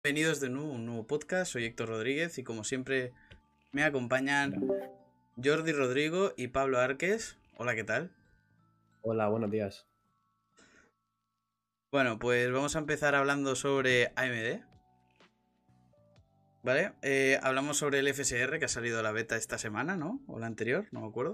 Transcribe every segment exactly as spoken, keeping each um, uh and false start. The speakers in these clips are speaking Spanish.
Bienvenidos de nuevo a un nuevo podcast, soy Héctor Rodríguez y como siempre me acompañan Jordi Rodrigo y Pablo Arques. Hola, ¿qué tal? Hola, buenos días. Bueno, pues vamos a empezar hablando sobre A M D. ¿Vale? Eh, hablamos sobre el F S R que ha salido a la beta esta semana, ¿no? O la anterior, no me acuerdo.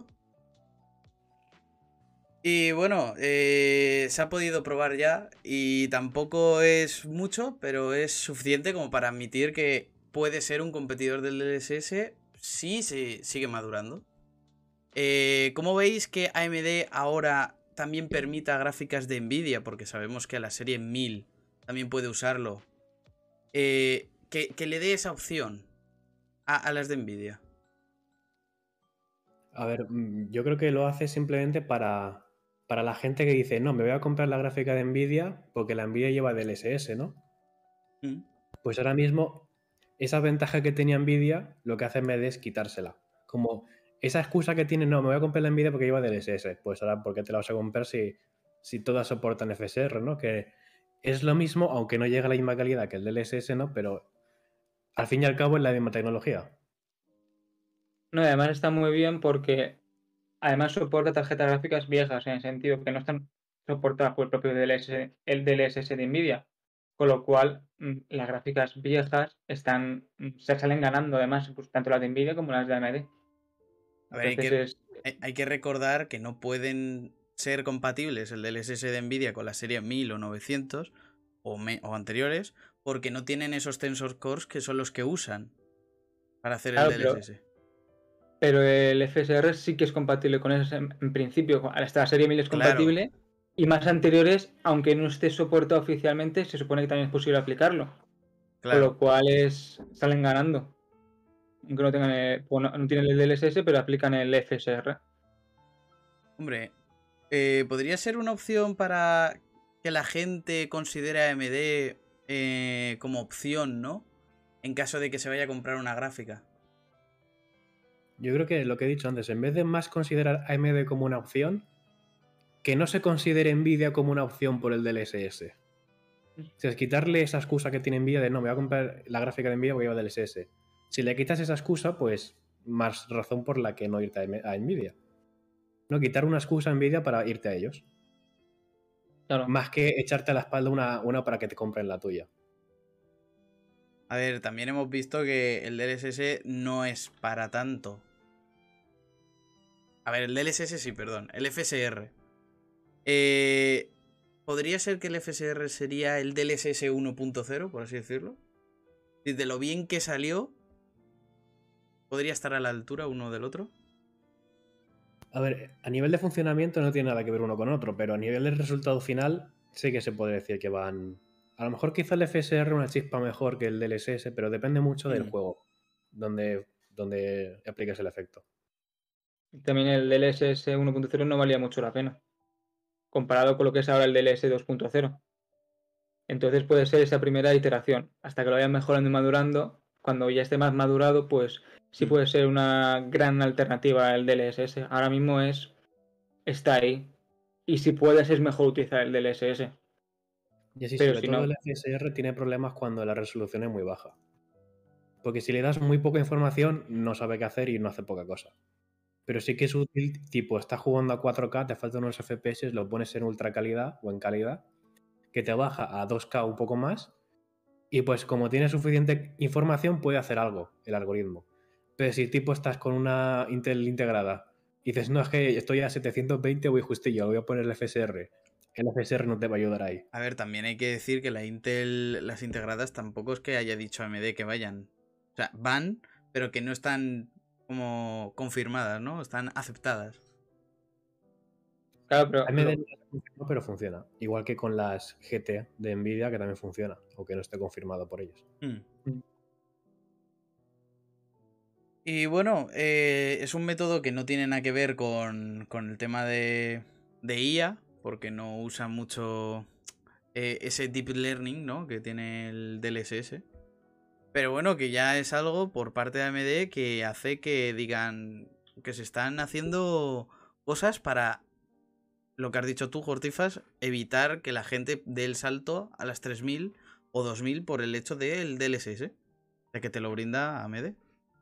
Y bueno, eh, se ha podido probar ya y tampoco es mucho, pero es suficiente como para admitir que puede ser un competidor del D L S S si se sigue madurando. Eh, ¿Cómo veis que A M D ahora también permita gráficas de Nvidia? Porque sabemos que la serie mil también puede usarlo. Eh, que, que le dé esa opción a, a las de Nvidia. A ver, mm, yo creo que lo hace simplemente para, para la gente que dice, no, me voy a comprar la gráfica de Nvidia porque la Nvidia lleva D L S S, ¿no? Mm. Pues ahora mismo, esa ventaja que tenía Nvidia, lo que hace A M D es quitársela. Como esa excusa que tiene, no, me voy a comprar la Nvidia porque lleva D L S S. Pues ahora, ¿por qué te la vas a comprar si, si todas soportan F S R, ¿no? Que es lo mismo, aunque no llega a la misma calidad que el D L S S, ¿no? Pero al fin y al cabo es la misma tecnología. No, y además está muy bien porque además soporta tarjetas gráficas viejas, en el sentido que no están soportadas por el propio D L S, el D L S S de Nvidia. Con lo cual, mm, las gráficas viejas están, mm, se salen ganando además, pues, tanto las de Nvidia como las de A M D. A ver, hay Entonces que, es, hay, hay que recordar que no pueden ser compatibles el D L S S de Nvidia con la serie mil o novecientos o, me- o anteriores porque no tienen esos tensor cores que son los que usan para hacer el claro, pero, D L S S. pero el F S R sí que es compatible con eso en, en principio. Hasta la serie mil es Claro, compatible. Y más anteriores, aunque no esté soportado oficialmente, se supone que también es posible aplicarlo. Con claro. lo cual es, salen ganando. Aunque no tengan el, bueno, no tienen el D L S S, pero aplican el F S R. Hombre, eh, podría ser una opción para que la gente considere a AMD eh, como opción, ¿no? En caso de que se vaya a comprar una gráfica. Yo creo que lo que he dicho antes, en vez de más considerar A M D como una opción, que no se considere Nvidia como una opción por el D L S S. O sea, es quitarle esa excusa que tiene Nvidia de no, me voy a comprar la gráfica de Nvidia porque lleva D L S S. Si le quitas esa excusa, pues más razón por la que no irte a Nvidia. No, quitar una excusa a Nvidia para irte a ellos. Claro. Más que echarte a la espalda una, una para que te compren la tuya. A ver, también hemos visto que el D L S S no es para tanto. A ver, el D L S S sí, perdón. El F S R. Eh, ¿Podría ser que el F S R sería el D L S S uno punto cero, por así decirlo? Y de lo bien que salió, ¿podría estar a la altura uno del otro? A ver, a nivel de funcionamiento no tiene nada que ver uno con otro, pero a nivel del resultado final sí que se puede decir que van... A lo mejor quizá el F S R una chispa mejor que el D L S S, pero depende mucho del Mm. juego donde, donde apliques el efecto. También el D L S S uno punto cero no valía mucho la pena, comparado con lo que es ahora el D L S dos punto cero. Entonces puede ser esa primera iteración, hasta que lo vayan mejorando y madurando. Cuando ya esté más madurado, pues sí Mm. puede ser una gran alternativa el D L S S. Ahora mismo es está ahí. Y si puedes, es mejor utilizar el D L S S. Y así, Pero sobre si todo no, el F S R tiene problemas cuando la resolución es muy baja. Porque si le das muy poca información, no sabe qué hacer y no hace poca cosa. Pero sí que es útil, tipo, estás jugando a cuatro K, te faltan unos F P S, lo pones en ultra calidad o en calidad, que te baja a dos K un poco más, y pues como tiene suficiente información puede hacer algo, el algoritmo. Pero si tipo estás con una Intel integrada y dices, no, es que estoy a setecientos veinte, voy justillo, voy a poner el F S R. El F S R no te va a ayudar ahí. A ver, también hay que decir que la Intel, las integradas tampoco es que haya dicho a AMD que vayan. O sea, van, pero que no están como confirmadas, ¿no? Están aceptadas. claro, pero A M D lo, no funciona, pero funciona. Igual que con las G T de Nvidia, que también funciona, aunque no esté confirmado por ellos. Mm. Y bueno, eh, es un método que no tiene nada que ver con, con el tema de, de I A, porque no usa mucho eh, ese deep learning, ¿no? Que tiene el D L S S. Pero bueno, que ya es algo por parte de A M D que hace que digan que se están haciendo cosas para, lo que has dicho tú, Jortifas, evitar que la gente dé el salto a las tres mil o dos mil por el hecho del D L S S. O sea, que te lo brinda A M D.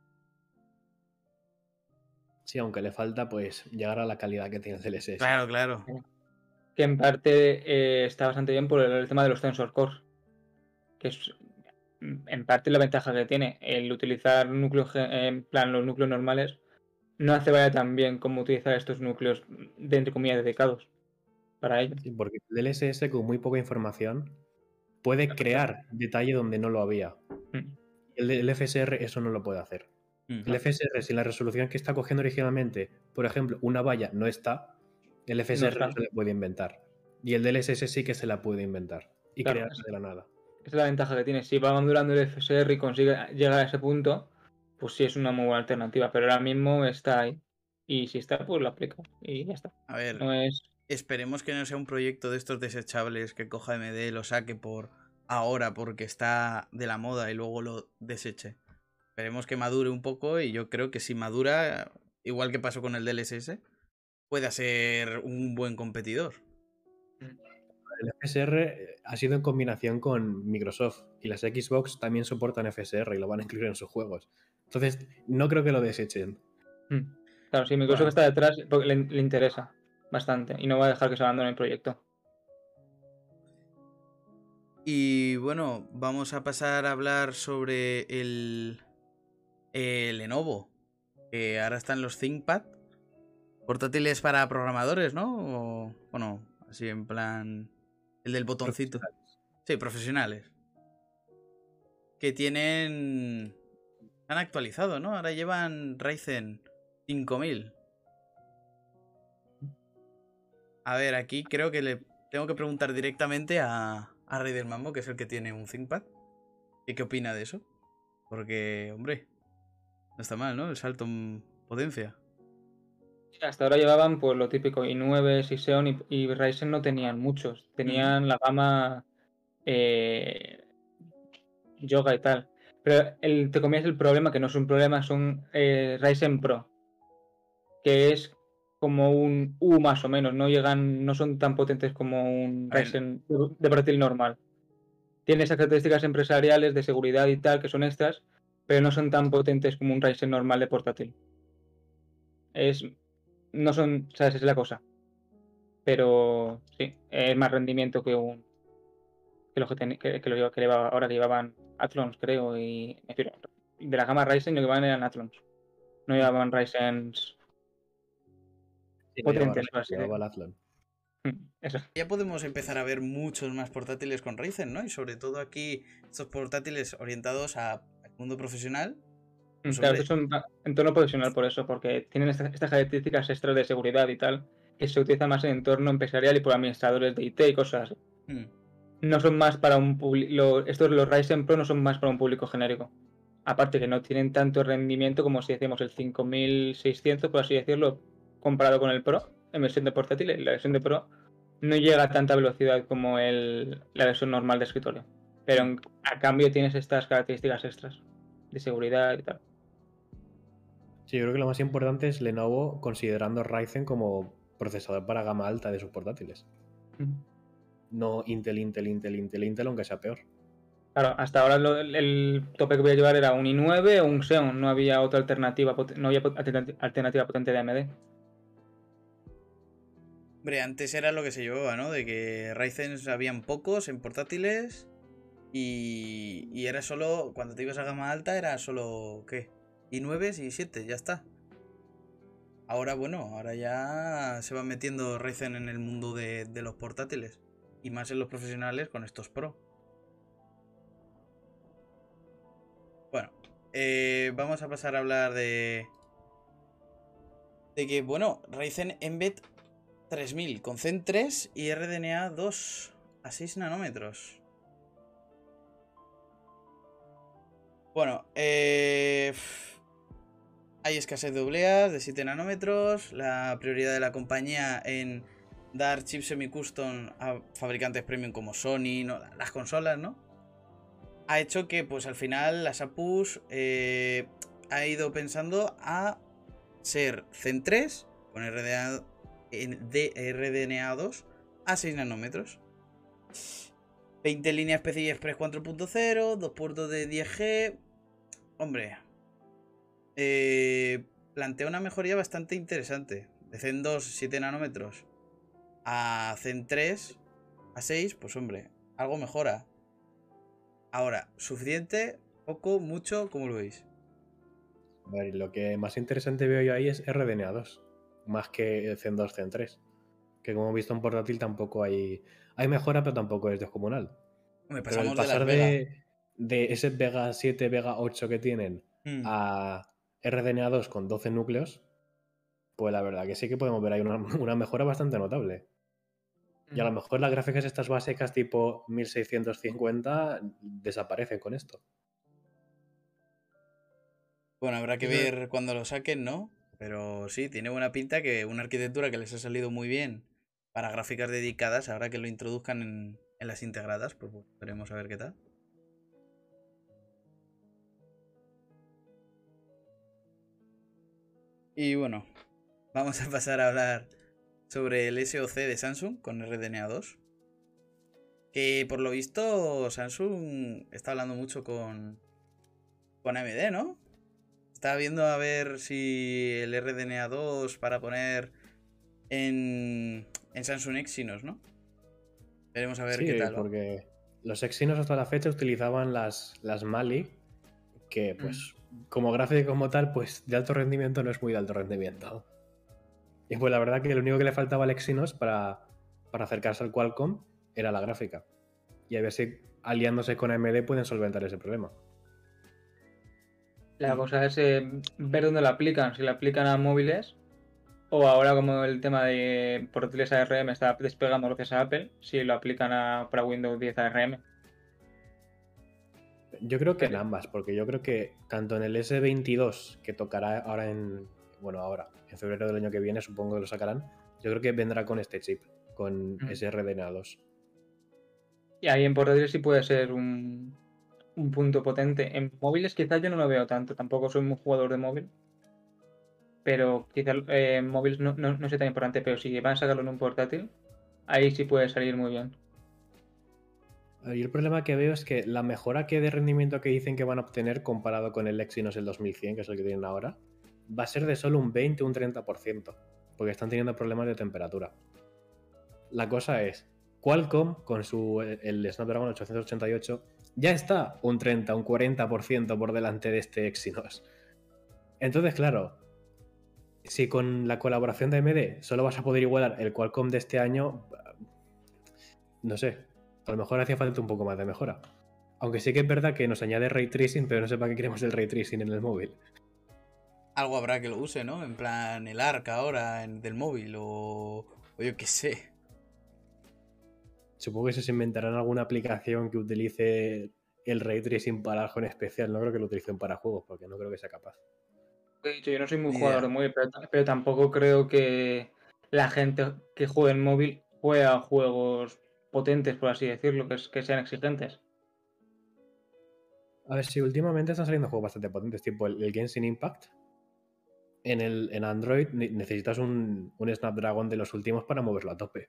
Sí, aunque le falta pues llegar a la calidad que tiene el D L S S. Claro, claro. Que en parte eh, está bastante bien por el, el tema de los Tensor Cores. Que es en parte la ventaja que tiene. El utilizar núcleos, en plan los núcleos normales, no hace vaya tan bien como utilizar estos núcleos de entre comillas dedicados para ello. Sí, porque el D L S S con muy poca información puede crear detalle donde no lo había. Mm. El, el F S R eso no lo puede hacer. Mm. El F S R, si la resolución que está cogiendo originalmente, por ejemplo, una valla no está, el F S R no, No se la puede inventar. Y el D L S S sí que se la puede inventar y Claro, crear es- de la nada. Esa es la ventaja que tiene. Si va madurando el F S R y consigue llegar a ese punto, pues sí es una muy buena alternativa. Pero ahora mismo está ahí. Y si está, pues lo aplica. Y ya está. A ver, No es. esperemos que no sea un proyecto de estos desechables que coja A M D, lo saque por ahora porque está de la moda y luego lo deseche. Esperemos que madure un poco y yo creo que si madura, igual que pasó con el D L S S, pueda ser un buen competidor. El F S R ha sido en combinación con Microsoft y las Xbox también soportan F S R y lo van a incluir en sus juegos. Entonces, no creo que lo desechen. Mm. Claro, si Microsoft Bueno. está detrás, porque le, le interesa bastante. Y no va a dejar que se abandone el proyecto. Y bueno, vamos a pasar a hablar sobre el, el Lenovo, que ahora están los ThinkPad, portátiles para programadores, ¿no? O, bueno, así en plan, el del botoncito. Sí, profesionales. Que tienen... Han actualizado, ¿no? Ahora llevan Ryzen cinco mil. A ver, aquí creo que le tengo que preguntar directamente a, a Rey del Mambo, que es el que tiene un ThinkPad. ¿Y qué opina de eso? Porque, hombre, no está mal, ¿no? El salto en potencia. Hasta ahora llevaban pues lo típico, i nueve, Xeon y, y Ryzen no tenían muchos. Tenían mm. la gama eh, Yoga y tal. Pero el, te comías el problema, que no es un problema, son eh, Ryzen Pro. Que es como un U más o menos. No llegan, no son tan potentes como un Ryzen de, de portátil normal. Tiene esas características empresariales de seguridad y tal, que son extras, pero no son tan potentes como un Ryzen normal de portátil. Es... No son, ¿sabes? Es la cosa. Pero sí, es más rendimiento que un que los que, ten, que, que, lo, que llevaba, ahora que llevaban Athlons, creo, y de la gama Ryzen lo que llevaban eran Athlons. No llevaban Ryzens sí, potentes. No llevaba, llevaba el Athlon. Eso. Ya podemos empezar a ver muchos más portátiles con Ryzen, ¿no? Y sobre todo aquí, estos portátiles orientados al mundo profesional. Pues claro, estos son entorno profesional por eso, porque tienen estas, estas características extras de seguridad y tal, que se utiliza más en entorno empresarial y por administradores de I T y cosas así. Hmm. No son más para un público. Estos, los Ryzen Pro, no son más para un público genérico. Aparte que no tienen tanto rendimiento como si decimos el cinco mil seiscientos, por así decirlo, comparado con el Pro, en versión de portátil. La versión de Pro no llega a tanta velocidad como el, la versión normal de escritorio. Pero en, a cambio tienes estas características extras de seguridad y tal. Sí, yo creo que lo más importante es Lenovo considerando Ryzen como procesador para gama alta de sus portátiles. Mm. No Intel, Intel, Intel, Intel, Intel, aunque sea peor. Claro, hasta ahora lo, el tope que voy a llevar era un i nueve o un Xeon, no había otra alternativa, no había alternativa potente de A M D. Hombre, antes era lo que se llevaba, ¿no? De que Ryzen habían pocos en portátiles y, y era solo, cuando te ibas a gama alta era solo, ¿qué? i nueve y i siete, ya está. Ahora, bueno, ahora ya se va metiendo Ryzen en el mundo de, de los portátiles. Y más en los profesionales con estos Pro. Bueno, eh, vamos a pasar a hablar de... De que, bueno, Ryzen Embed tres mil con Zen tres y R D N A dos a seis nanómetros. Bueno, eh... hay escasez de obleas de siete nanómetros. La prioridad de la compañía en dar chips semi-custom a fabricantes premium como Sony, ¿no? Las consolas, ¿no? Ha hecho que, pues al final, las A P Us eh, ha ido pensando a ser Zen tres con R D N A dos a seis nanómetros. veinte líneas P C I Express cuatro punto cero, dos puertos de diez G. Hombre, eh, plantea una mejoría bastante interesante. De Zen dos, siete nanómetros a Zen tres, a seis, pues hombre, algo mejora. Ahora, ¿suficiente? ¿Poco? ¿Mucho? ¿Cómo lo veis? A ver, lo que más interesante veo yo ahí es R D N A dos, más que Zen dos, Zen tres. Que como he visto en portátil tampoco hay... Hay mejora, pero tampoco es descomunal. Me Pero el pasamos de las pasar Vega. de, de ese Vega siete, Vega ocho que tienen Hmm. a R D N A dos con doce núcleos, pues la verdad que sí que podemos ver ahí una, una mejora bastante notable. Y a lo mejor las gráficas estas básicas tipo mil seiscientos cincuenta desaparecen con esto. Bueno, habrá que Eso es- ver cuando lo saquen, ¿no? Pero sí, tiene buena pinta que una arquitectura que les ha salido muy bien para gráficas dedicadas, ahora que lo introduzcan en, en las integradas, pues bueno, veremos a ver qué tal. Y bueno, vamos a pasar a hablar sobre el S O C de Samsung con R D N A dos. Que por lo visto Samsung está hablando mucho con, con A M D, ¿no? Está viendo a ver si el R D N A dos para poner en, en Samsung Exynos, ¿no? Veremos a ver Sí, qué tal va. porque los Exynos hasta la fecha utilizaban las, las Mali, que pues como gráfica como tal, pues de alto rendimiento no es muy de alto rendimiento. Y pues la verdad que lo único que le faltaba al Exynos para, para acercarse al Qualcomm era la gráfica. Y a ver si aliándose con A M D pueden solventar ese problema. La cosa es eh, ver dónde lo aplican, si lo aplican a móviles o ahora como el tema de portátiles A R M está despegando gracias a Apple, si lo aplican a, para Windows diez A R M. Yo creo que en ambas, porque yo creo que tanto en el S veintidós, que tocará ahora en, bueno, ahora, en febrero del año que viene, supongo que lo sacarán, yo creo que vendrá con este chip, con Mm. ese R D N A dos. Y ahí en portátiles sí puede ser un, un punto potente. En móviles quizás yo no lo veo tanto, tampoco soy muy jugador de móvil. Pero quizás eh, en móviles no, no, no sea tan importante, pero si van a sacarlo en un portátil, ahí sí puede salir muy bien. Y el problema que veo es que la mejora que de rendimiento que dicen que van a obtener comparado con el Exynos el dos mil cien, que es el que tienen ahora, va a ser de solo un veinte o un treinta por ciento, porque están teniendo problemas de temperatura. La cosa es, Qualcomm con su el Snapdragon ochocientos ochenta y ocho ya está un treinta, un cuarenta por ciento por delante de este Exynos. Entonces, claro, si con la colaboración de A M D solo vas a poder igualar el Qualcomm de este año, no sé, a lo mejor hacía falta un poco más de mejora. Aunque sí que es verdad que nos añade Ray Tracing, pero no sé para qué queremos el Ray Tracing en el móvil. Algo habrá que lo use, ¿no? En plan el ARC ahora en, del móvil o, o yo qué sé. Supongo que se inventarán alguna aplicación que utilice el Ray Tracing para algo en especial. No creo que lo utilicen para juegos, porque no creo que sea capaz. He dicho, yo no soy muy Ni jugador idea. de móvil, pero, pero tampoco creo que la gente que juegue en móvil juegue a juegos potentes, por así decirlo, que, es- que sean exigentes. A ver, si últimamente están saliendo juegos bastante potentes, tipo el, el Genshin Impact. En, el, en Android ne- necesitas un, un Snapdragon de los últimos para moverlo a tope.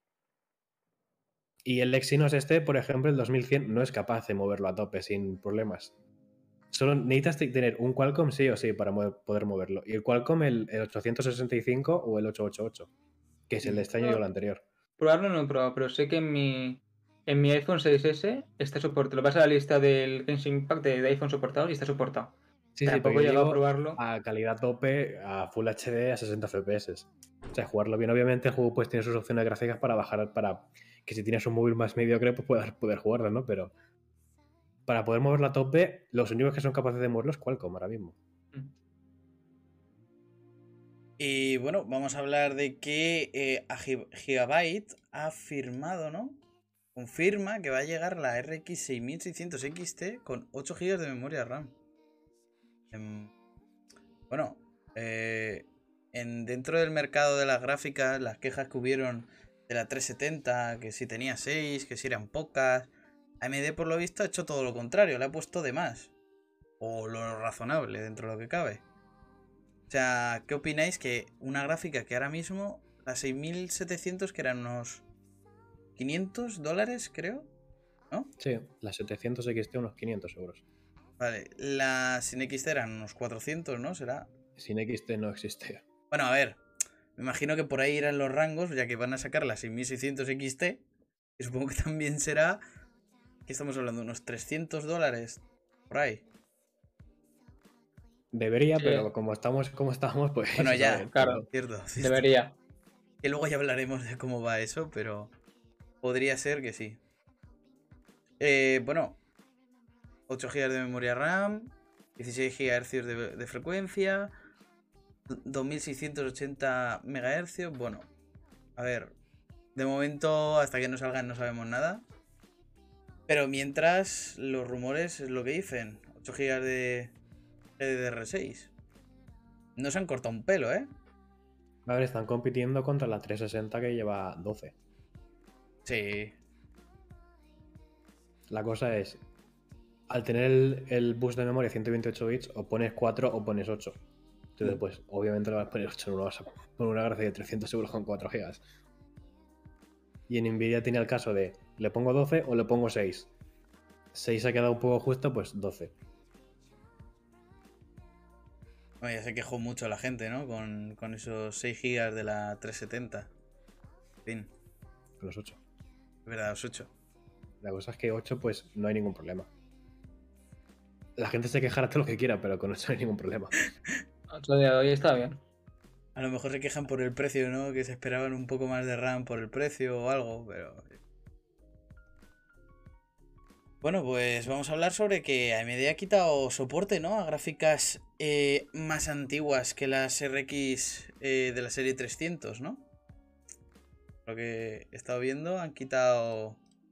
Y el Exynos este, por ejemplo, el dos mil cien, no es capaz de moverlo a tope sin problemas. Solo necesitas tener un Qualcomm sí o sí para mo- poder moverlo. Y el Qualcomm, el, el ochocientos sesenta y cinco o el ochocientos ochenta y ocho, que es el de este año y el anterior. Probarlo no he probado, pero sé que en mi, en mi iPhone seis ese está soportado. Lo vas a la lista del Genshin Impact de, de iPhone soportados y está soportado. Sí, sí, pero Tampoco yo he llegado a digo probarlo. a calidad tope, a Full H D, a sesenta F P S. O sea, jugarlo bien. Obviamente el juego pues tiene sus opciones gráficas para bajar, para que si tienes un móvil más mediocre pues puedas poder jugarlo, ¿no? Pero para poder moverlo a tope, los únicos que son capaces de moverlo es Qualcomm ahora mismo. Mm. Y bueno, vamos a hablar de que eh, a Gig- Gigabyte ha firmado, ¿no? Confirma que va a llegar la R X seis mil seiscientos X T con ocho gigas de memoria RAM. Em, bueno, eh, en, dentro del mercado de las gráficas, las quejas que hubieron de la trescientos setenta, que si tenía seis, que si eran pocas, A M D por lo visto ha hecho todo lo contrario, le ha puesto de más. O lo razonable dentro de lo que cabe. O sea, ¿qué opináis que una gráfica que ahora mismo, la seis mil setecientos, que eran unos quinientos dólares, creo? ¿no? Sí, la setecientos X T unos quinientos euros. Vale, la sin X T eran unos cuatrocientos, ¿no? Será. Sin X T no existe. Bueno, a ver, me imagino que por ahí irán los rangos, ya que van a sacar la seis mil seiscientos X T. Y supongo que también será. ¿Qué estamos hablando? Unos trescientos dólares. Por ahí. Debería, Sí. pero como estamos como estamos, pues. Bueno, ya, ¿sabes? claro. Cierto, cierto. Debería. Que luego ya hablaremos de cómo va eso, pero podría ser que sí. Eh, bueno, ocho gigas de memoria RAM, dieciséis gigahercios de, de frecuencia, dos mil seiscientos ochenta megahercios. Bueno, a ver, de momento hasta que no salgan no sabemos nada. Pero mientras, los rumores es lo que dicen, ocho gigas de G D D R seis. No se han cortado un pelo, ¿eh? A ver, están compitiendo contra la trescientos sesenta que lleva doce. Sí. La cosa es, al tener el, el boost de memoria ciento veintiocho bits, o pones cuatro o pones ocho. Entonces, Mm. pues, obviamente le vas a poner ocho, no lo vas a poner una gracia de trescientos euros con cuatro gigas. Y en Nvidia tiene el caso de, ¿le pongo doce o le pongo seis? seis ha quedado un poco justo, pues doce. Bueno, ya se quejó mucho la gente, ¿no? Con, con esos seis gigas de la trescientos setenta. En fin, Con los ocho. es verdad, los ocho. La cosa es que ocho, pues, no hay ningún problema. La gente se quejará todo lo que quiera, pero con ocho no hay ningún problema. Otro día de hoy está bien. A lo mejor se quejan por el precio, ¿no? Que se esperaban un poco más de RAM por el precio o algo, pero... Bueno, pues vamos a hablar sobre que A M D ha quitado soporte, ¿no? A gráficas eh, más antiguas que las R X eh, de la serie trescientos, ¿no? Lo que he estado viendo, han quitado...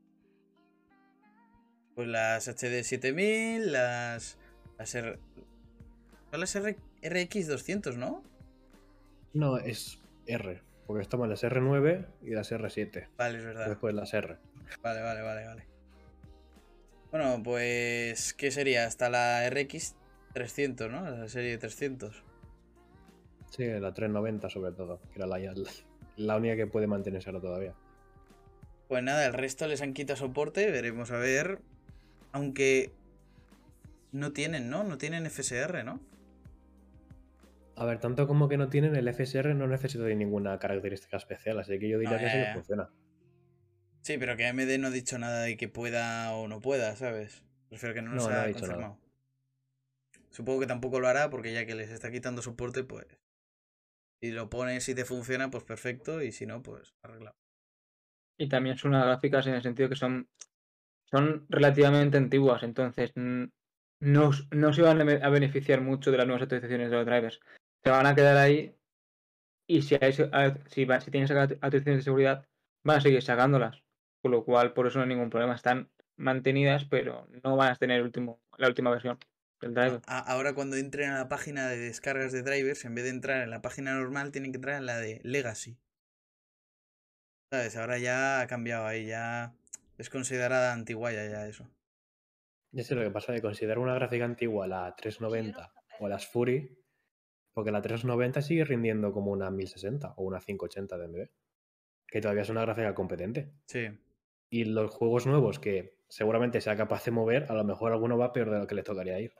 Pues las H D siete mil, las... Las R... Son las R... RX doscientos, ¿no? No, es R, porque estamos las R nueve y las R siete. Vale, es verdad. Después las R. Vale, vale, vale, vale. Bueno, pues... ¿Qué sería? Hasta la R X trescientos, ¿no? La serie trescientos. Sí, la trescientos noventa sobre todo, que era la, la, la única que puede mantenerse ahora todavía. Pues nada, el resto les han quitado soporte, veremos a ver. Aunque... No tienen, ¿no? No tienen F S R, ¿no? A ver, tanto como que no tienen el F S R no necesita de ninguna característica especial, así que yo diría No, que ya, sí que ya. funciona. Sí, pero que A M D no ha dicho nada de que pueda o no pueda, ¿sabes? Prefiero que no nos No, no ha ha dicho confirmado. Supongo que tampoco lo hará porque ya que les está quitando soporte, pues... Si lo pones y te funciona, pues perfecto. Y si no, pues arreglado. Y también son unas gráficas en el sentido que son, son relativamente antiguas, entonces mm, no, s- no se van a be- a beneficiar mucho de las nuevas actualizaciones de los drivers. Se van a quedar ahí y si, hay, se- a- si, va- si tienes act- actualizaciones de seguridad, van a seguir sacándolas. Con lo cual, por eso no hay ningún problema. Están mantenidas, pero no van a tener el último, la última versión del A- driver. a- ahora cuando entren a la página de descargas de drivers, en vez de entrar en la página normal, tienen que entrar en la de Legacy. ¿Sabes? Ahora ya ha cambiado ahí, ya es considerada antiguaya ya eso. Ya sé lo que pasa, de considerar una gráfica antigua la trescientos noventa o las Fury, porque la trescientos noventa sigue rindiendo como una mil sesenta o una quinientos ochenta de A M D, que todavía es una gráfica competente. Sí. Y los juegos nuevos que seguramente sea capaz de mover, a lo mejor alguno va peor de lo que le tocaría ir.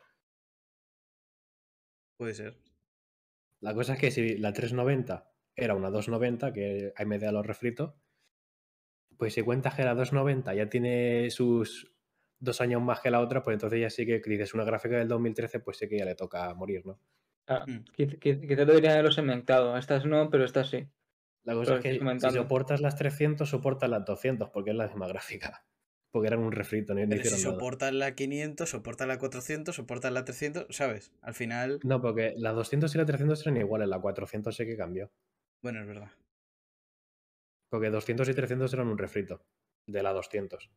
Puede ser. La cosa es que si la trescientos noventa era una doscientos noventa, que A M D lo refrito, pues si cuentas que la doscientos noventa ya tiene sus dos años más que la otra, pues entonces ya sí que dices una gráfica del dos mil trece, pues sí que ya le toca morir, ¿no? Ah, Mm. quiz- quiz- Quizás lo deberían haberlo segmentado. Estas no, pero estas sí. La cosa Lo es estoy que si comentando. soportas las trescientos, soportas las doscientos, porque es la misma gráfica. Porque eran un refrito, no, no Pero si hicieron nada. soportas la quinientos, soportas la cuatrocientos, soportas la trescientos, ¿sabes? Al final... No, porque la doscientos y la trescientos eran iguales, la cuatrocientos sí que cambió. Bueno, es verdad. Porque doscientos y trescientos eran un refrito de la doscientos.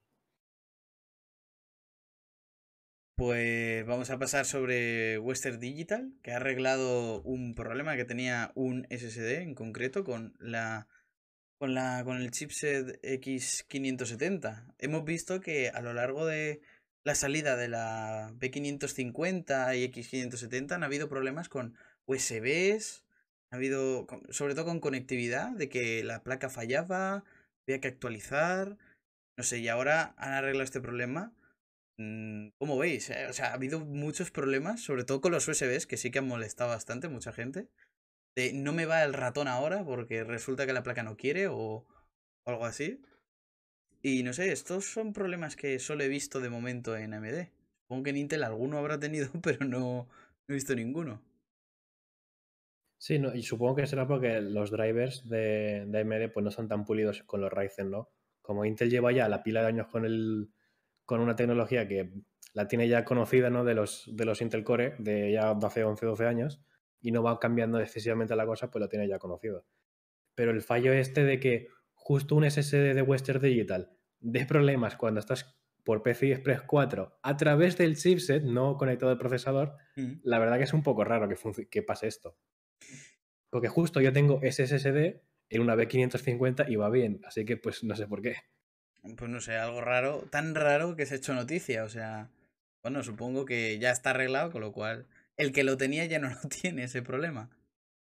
Pues vamos a pasar sobre Western Digital, que ha arreglado un problema que tenía un S S D en concreto con la con la con el chipset X quinientos setenta. Hemos visto que a lo largo de la salida de la B quinientos cincuenta y X quinientos setenta han habido problemas con U S Bs, ha habido con- sobre todo con conectividad, de que la placa fallaba, había que actualizar. No sé, y ahora han arreglado este problema. ¿Cómo veis? Eh? O sea, ha habido muchos problemas, sobre todo con los U S Bs, que sí que han molestado bastante mucha gente. De no me va el ratón ahora porque resulta que la placa no quiere o, o algo así. Y no sé, estos son problemas que solo he visto de momento en A M D. Supongo que en Intel alguno habrá tenido, pero no, no he visto ninguno. Sí, no, y supongo que será porque los drivers de, de A M D pues no son tan pulidos con los Ryzen, ¿no? Como Intel lleva ya la pila de años con el con una tecnología que la tiene ya conocida, ¿no? De los, de los Intel Core, de ya hace once, doce años, y no va cambiando excesivamente la cosa, pues lo tiene ya conocido. Pero el fallo este de que justo un S S D de Western Digital dé problemas cuando estás por P C I Express cuatro a través del chipset, no conectado al procesador, Mm. la verdad que es un poco raro que, que pase esto. Porque justo yo tengo ese S S D en una B quinientos cincuenta y va bien, así que pues no sé por qué. Pues no sé, algo raro, tan raro que se ha hecho noticia, o sea, bueno, supongo que ya está arreglado, con lo cual el que lo tenía ya no lo tiene ese problema.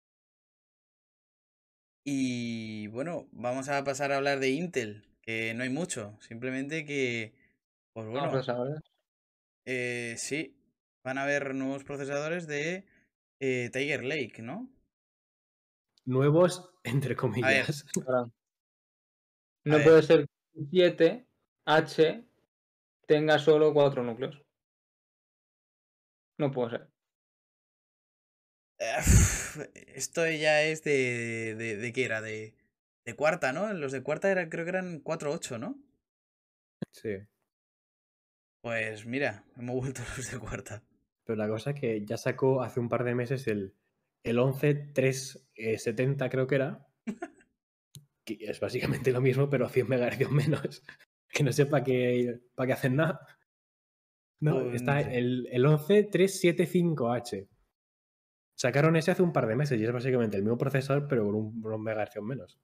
Y bueno, vamos a pasar a hablar de Intel, que no hay mucho, simplemente que, pues bueno, procesadores. eh, sí, van a haber nuevos procesadores de eh, Tiger Lake, ¿no? Nuevos, entre A ver, comillas. Ahora, a no ver, puede ser que siete H tenga solo cuatro núcleos. No puede ser. eh, esto ya es de, de, de qué era, de, de cuarta, ¿no? Los de cuarta era, creo que eran cuatro ocho, ¿no? Sí. Pues mira, hemos vuelto a los de cuarta. Pero la cosa es que ya sacó hace un par de meses el, el once tres setenta, creo que era, que es básicamente lo mismo, pero cien megahercios menos. Que no sé para qué, para qué hacen nada. No, Pues no está sé. el, el once tres setenta y cinco H. Sacaron ese hace un par de meses y es básicamente el mismo procesador, pero con un, unos megahercios menos.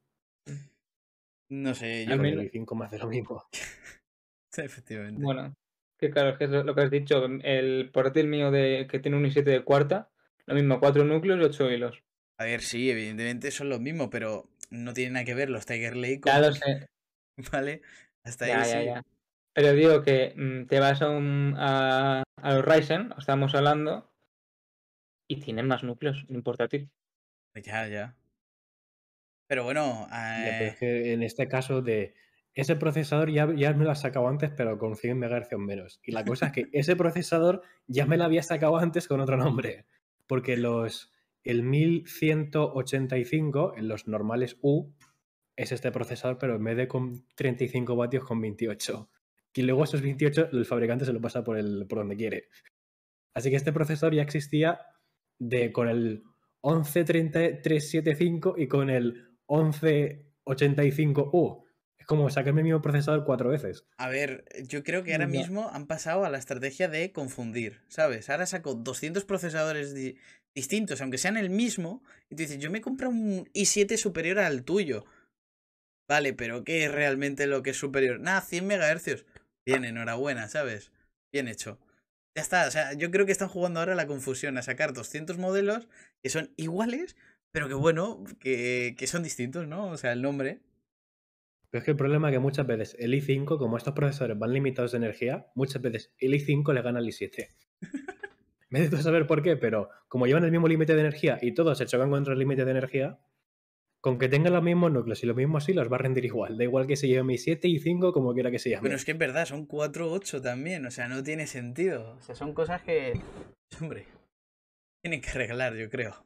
No sé, Y Al yo. con menos, el i cinco más de lo mismo. Efectivamente. bueno, que claro, es que es lo que has dicho. El portátil mío de, que tiene un i siete de cuarta, lo mismo, cuatro núcleos y ocho hilos. A ver, sí, evidentemente son los mismos, pero no tienen nada que ver los Tiger Lake Ya con. lo sé, ¿Vale? Hasta ahí ya, ya, sí. ya. Pero digo que mm, te vas a, un, a, a los Ryzen, estamos hablando, y tienen más núcleos en portátil. Ya, ya. Pero bueno, Ya, pero eh, es que en este caso de ese procesador ya, ya me lo has sacado antes, pero con cien megahercios menos. Y la cosa es que ese procesador ya me lo había sacado antes con otro nombre. Porque los el mil ciento ochenta y cinco, en los normales U, es este procesador, pero en vez de con treinta y cinco vatios, con veintiocho. Y luego esos veintiocho el fabricante se lo pasa por, el, por donde quiere. Así que este procesador ya existía de, con el once treinta trescientos setenta y cinco y con el once ochenta y cinco U. Es como sacarme el mismo procesador cuatro veces. a ver, yo creo que ahora Ya. mismo han pasado a la estrategia de confundir, ¿sabes? Ahora saco doscientos procesadores di- distintos, aunque sean el mismo, y tú dices, yo me compro un i siete superior al tuyo. Vale, pero ¿qué es realmente lo que es superior? Nada, cien megahercios. Bien, enhorabuena, ¿sabes? Bien hecho. Ya está, o sea, yo creo que están jugando ahora a la confusión, a sacar doscientos modelos que son iguales, pero que bueno, que, que son distintos, ¿no? O sea, el nombre. Pero es que el problema es que muchas veces el i cinco, como estos procesadores van limitados de energía, muchas veces el i cinco le gana al i siete. Me de saber por qué, pero como llevan el mismo límite de energía y todos se chocan contra el límite de energía, con que tengan los mismos núcleos y los mismos hilos va a rendir igual. Da igual que se llame i siete, i cinco, como quiera que se Bueno, llame. es que es verdad, son cuatro ocho también, o sea, no tiene sentido. O sea, son cosas que, hombre, tienen que arreglar, yo creo.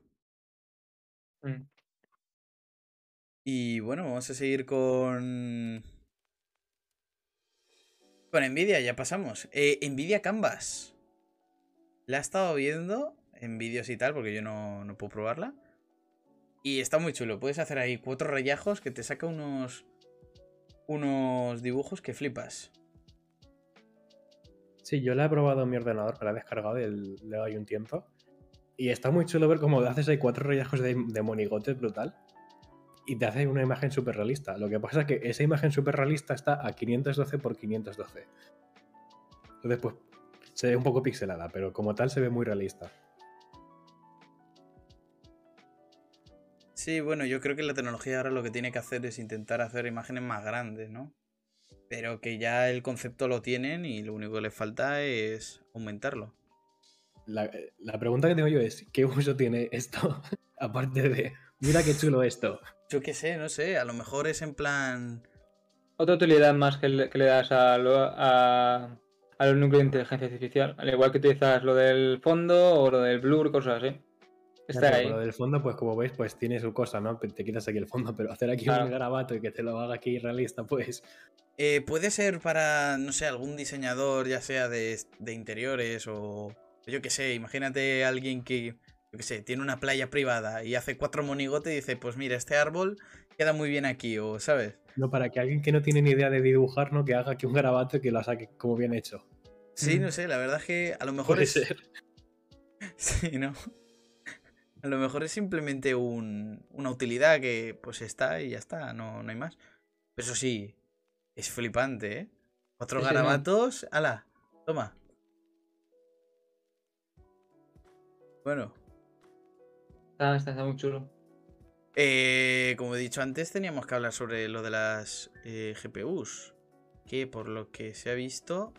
Mm. Y bueno, vamos a seguir con... Con Nvidia, ya pasamos. Eh, Nvidia Canvas. La he estado viendo en vídeos y tal, porque yo no, no puedo probarla. Y está muy chulo. Puedes hacer ahí cuatro rayajos que te saca unos. Unos dibujos que flipas. Sí, yo la he probado en mi ordenador, me la he descargado y le doy un tiempo. Y está muy chulo ver cómo haces ahí cuatro rayajos de, de monigotes brutal y te hace una imagen súper realista. Lo que pasa es que esa imagen súper realista está a quinientos doce por quinientos doce. Entonces, pues, se ve un poco pixelada, pero como tal se ve muy realista. Sí, bueno, yo creo que la tecnología ahora lo que tiene que hacer es intentar hacer imágenes más grandes, ¿no? pero que ya el concepto lo tienen y lo único que les falta es aumentarlo. La, la pregunta que tengo yo es, ¿qué uso tiene esto? Aparte de, mira qué chulo esto. Yo qué sé, no sé, a lo mejor es en plan... Otra utilidad más que le, que le das a, lo- a, a los núcleos de inteligencia artificial, al igual que utilizas lo del fondo o lo del blur, cosas así. Ya, Estar pero ahí. con lo del fondo, pues como veis, pues tiene su cosa, ¿no? Te quitas aquí el fondo, pero hacer aquí Claro. un garabato y que te lo haga aquí realista, pues... Eh, puede ser para, no sé, algún diseñador, ya sea de, de interiores o... Yo qué sé, imagínate a alguien que, yo qué sé, tiene una playa privada y hace cuatro monigotes y dice, pues mira, este árbol queda muy bien aquí, o ¿sabes? No, para que alguien que no tiene ni idea de dibujar, ¿no? Que haga aquí un garabato y que lo saque como bien hecho. Sí, Mm. no sé, la verdad es que a lo mejor Puede es... ser. Sí, ¿no? A lo mejor es simplemente un, una utilidad que pues está y ya está, no, no hay más. Pero eso sí, es flipante, ¿eh? Cuatro Sí, sí, no. garabatos, ala, toma. Bueno, Está, está, está muy chulo. eh, como he dicho antes, teníamos que hablar sobre lo de las eh, G P Us. Que por lo que se ha visto,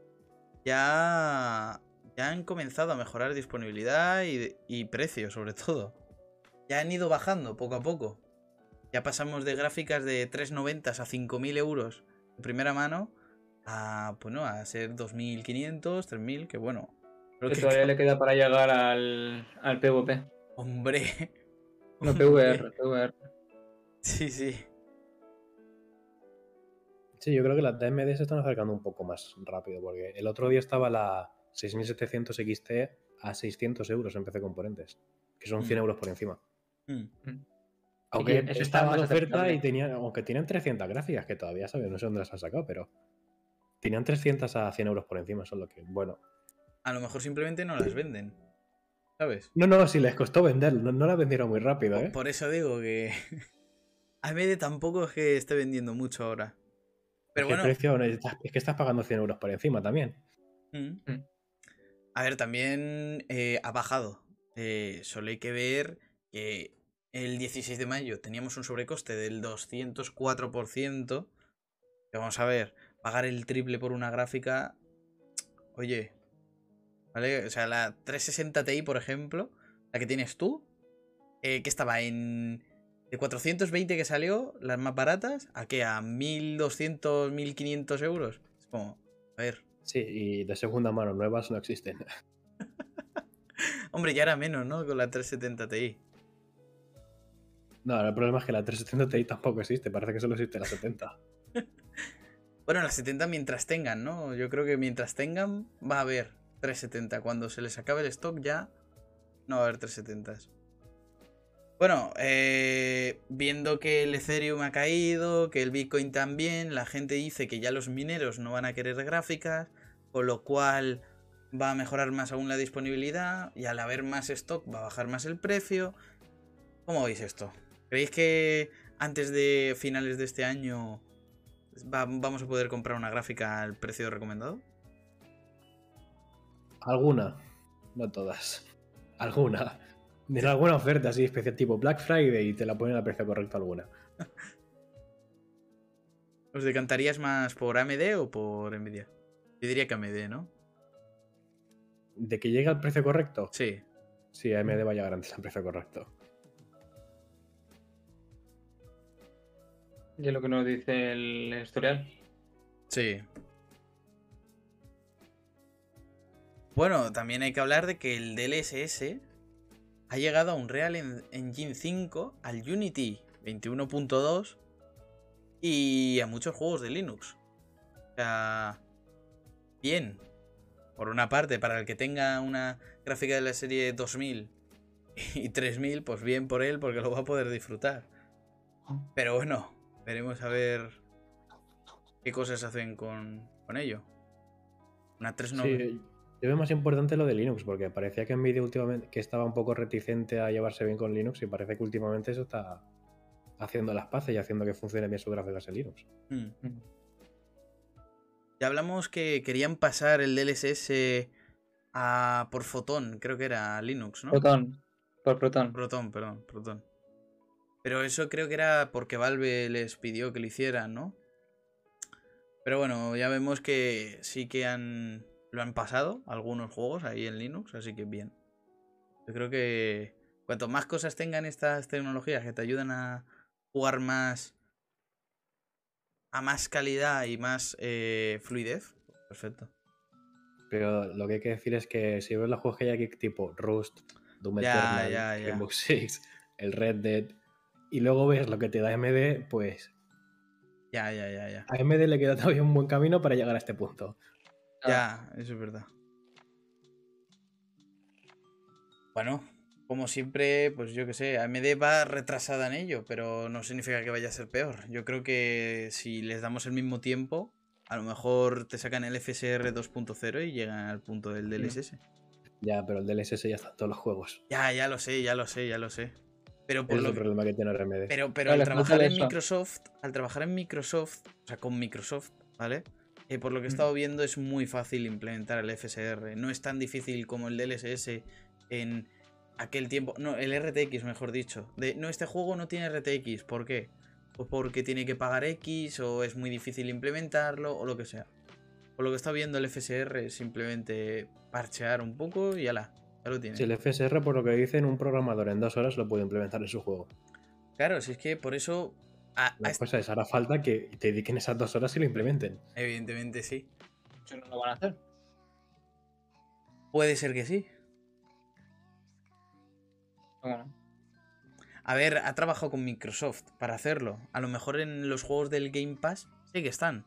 ya, ya han comenzado a mejorar disponibilidad y, y precio, sobre todo. Ya han ido bajando poco a poco. Ya pasamos de gráficas de trescientos noventa a cinco mil euros de primera mano a, bueno, a ser dos mil quinientos, tres mil, que bueno. Creo Que que todavía ca- le queda para llegar al, al PvP. Hombre. No, Hombre. PVR, PVR. Sí, sí. Sí, yo creo que las D M D se están acercando un poco más rápido, porque el otro día estaba la seis mil setecientos X T a seiscientos euros en P C Componentes, que son cien Mm. euros por encima. Mm. Aunque eso está estaba más de oferta aceptable. y tenía, aunque tienen trescientas gráficas, que todavía sabes, no sé dónde las han sacado, pero tenían trescientas a cien euros por encima, eso es lo que, bueno. A lo mejor simplemente no las venden. ¿Sabes? No, no, si les costó vender, no, no la vendieron muy rápido, Por, ¿eh? por eso digo que A M D tampoco es que esté vendiendo mucho ahora. Pero Es que el bueno, precio, es que estás pagando cien euros por encima también. mm. Mm. A ver, también eh, ha bajado. Eh, solo hay que ver que el dieciséis de mayo teníamos un sobrecoste del doscientos cuatro por ciento. Que vamos a ver, pagar el triple por una gráfica. Oye, ¿vale? O sea, la trescientos sesenta Ti, por ejemplo, la que tienes tú, eh, que estaba en. De cuatrocientos veinte que salió, las más baratas, ¿a qué? ¿A mil doscientos, mil quinientos euros? Es como, a ver. Sí, y de segunda mano, nuevas no existen. Hombre, ya era menos, ¿no? Con la trescientos setenta Ti. No, el problema es que la trescientos setenta Ti tampoco existe, parece que solo existe la setenta. Bueno, las setenta mientras tengan, ¿no? Yo creo que mientras tengan va a haber trescientos setenta. Cuando se les acabe el stock ya no va a haber trescientos setenta. Bueno, eh, viendo que el Ethereum ha caído, que el Bitcoin también, la gente dice que ya los mineros no van a querer gráficas, con lo cual va a mejorar más aún la disponibilidad y al haber más stock va a bajar más el precio. ¿Cómo veis esto? ¿Creéis que antes de finales de este año va- vamos a poder comprar una gráfica al precio recomendado? Alguna, no todas. Alguna. En alguna oferta así especial tipo Black Friday y te la ponen al precio correcto alguna. ¿Os decantarías más por A M D o por Nvidia? Yo diría que A M D, ¿no? ¿De que llegue al precio correcto? Sí. Sí, A M D va a llegar antes al precio correcto. Y es lo que nos dice el historial. Sí. Bueno, también hay que hablar de que el D L S S ha llegado a un Unreal Engine cinco, al Unity veintiuno punto dos y a muchos juegos de Linux. O sea, bien. Por una parte, para el que tenga una gráfica de la serie dos mil y tres mil, pues bien por él, porque lo va a poder disfrutar. Pero bueno, veremos a ver qué cosas hacen con, con ello. Una tres noventa. Sí, yo veo más importante lo de Linux, porque parecía que Nvidia últimamente que estaba un poco reticente a llevarse bien con Linux y parece que últimamente eso está haciendo las paces y haciendo que funcione bien sus gráficas en Linux. Hmm. Mm. Ya hablamos que querían pasar el D L S S a por Photon, creo que era Linux, ¿no? Proton. Por Proton. Proton, perdón, Proton. Pero eso creo que era porque Valve les pidió que lo hicieran, ¿no? Pero bueno, ya vemos que sí que han lo han pasado algunos juegos ahí en Linux, así que bien. Yo creo que cuanto más cosas tengan estas tecnologías que te ayudan a jugar más a más calidad y más eh, fluidez, perfecto. Pero lo que hay que decir es que si ves los juegos que hay aquí, tipo Rust, Doom Ya, Eternal, ya, ya. Rainbow Six, el Red Dead, y luego ves lo que te da A M D, pues Ya, ya, ya, ya. a A M D le queda todavía un buen camino para llegar a este punto. Ya, eso es verdad. Bueno, como siempre, pues yo qué sé, A M D va retrasada en ello, pero no significa que vaya a ser peor. Yo creo que si les damos el mismo tiempo, a lo mejor te sacan el F S R dos punto cero y llegan al punto del D L S S. Ya, pero el D L S S ya está en todos los juegos. Ya, ya lo sé, ya lo sé, ya lo sé. Pero por Ese es lo el problema que tiene A M D. Pero, pero Vale, al trabajar en eso. Microsoft, al trabajar en Microsoft, o sea, con Microsoft, ¿vale? Eh, por lo que he Mm. estado viendo es muy fácil implementar el F S R. No es tan difícil como el D L S S en aquel tiempo. No, el R T X, mejor dicho. De, no, este juego no tiene R T X. ¿Por qué? Pues porque tiene que pagar X, o es muy difícil implementarlo, o lo que sea. Por lo que he estado viendo el F S R es simplemente parchear un poco y ala, ya lo tiene. Si el F S R, por lo que dicen, un programador en dos horas lo puede implementar en su juego. Claro, si es que por eso... a- La a- cosa es, hará falta que te dediquen esas dos horas y lo implementen. Evidentemente sí. Eso no lo van a hacer. Puede ser que sí. Bueno, A ver, ha trabajado con Microsoft para hacerlo. A lo mejor en los juegos del Game Pass sí que están.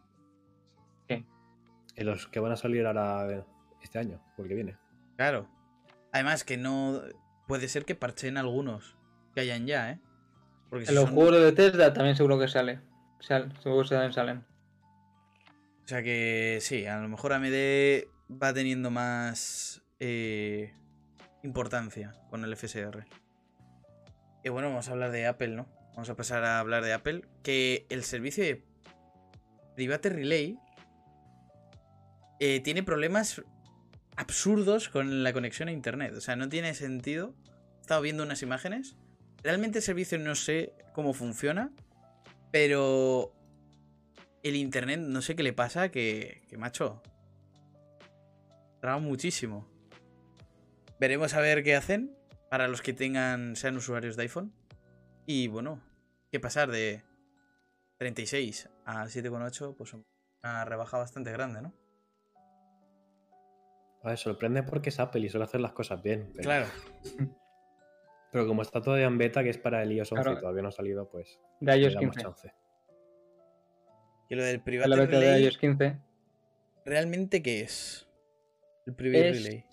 En los que van a salir ahora este año, porque viene. Claro. Además que no... Puede ser que parchen algunos que hayan ya, ¿eh? Porque si en los son- juegos de Bethesda también seguro que sale. Sal- seguro que salen, salen. O sea que sí, a lo mejor A M D va teniendo más eh, importancia con el F S R. Y bueno, vamos a hablar de Apple, ¿no? Vamos a pasar a hablar de Apple. Que el servicio de Private Relay eh, tiene problemas absurdos con la conexión a internet. O sea, no tiene sentido. He estado viendo unas imágenes. Realmente el servicio no sé cómo funciona. Pero el internet, no sé qué le pasa, que, que macho, traba muchísimo. Veremos a ver qué hacen para los que tengan sean usuarios de iPhone. Y bueno, que pasar de treinta y seis a siete coma ocho, pues una rebaja bastante grande, ¿no? A ver, sorprende porque es Apple y suele hacer las cosas bien. Pero, Claro. pero como está todavía en beta, que es para el iOS once Claro. y todavía no ha salido, pues De le iOS damos quince. chance. Y lo del En Private la beta de Relay, iOS quince. ¿realmente qué es? El Private Es- Relay.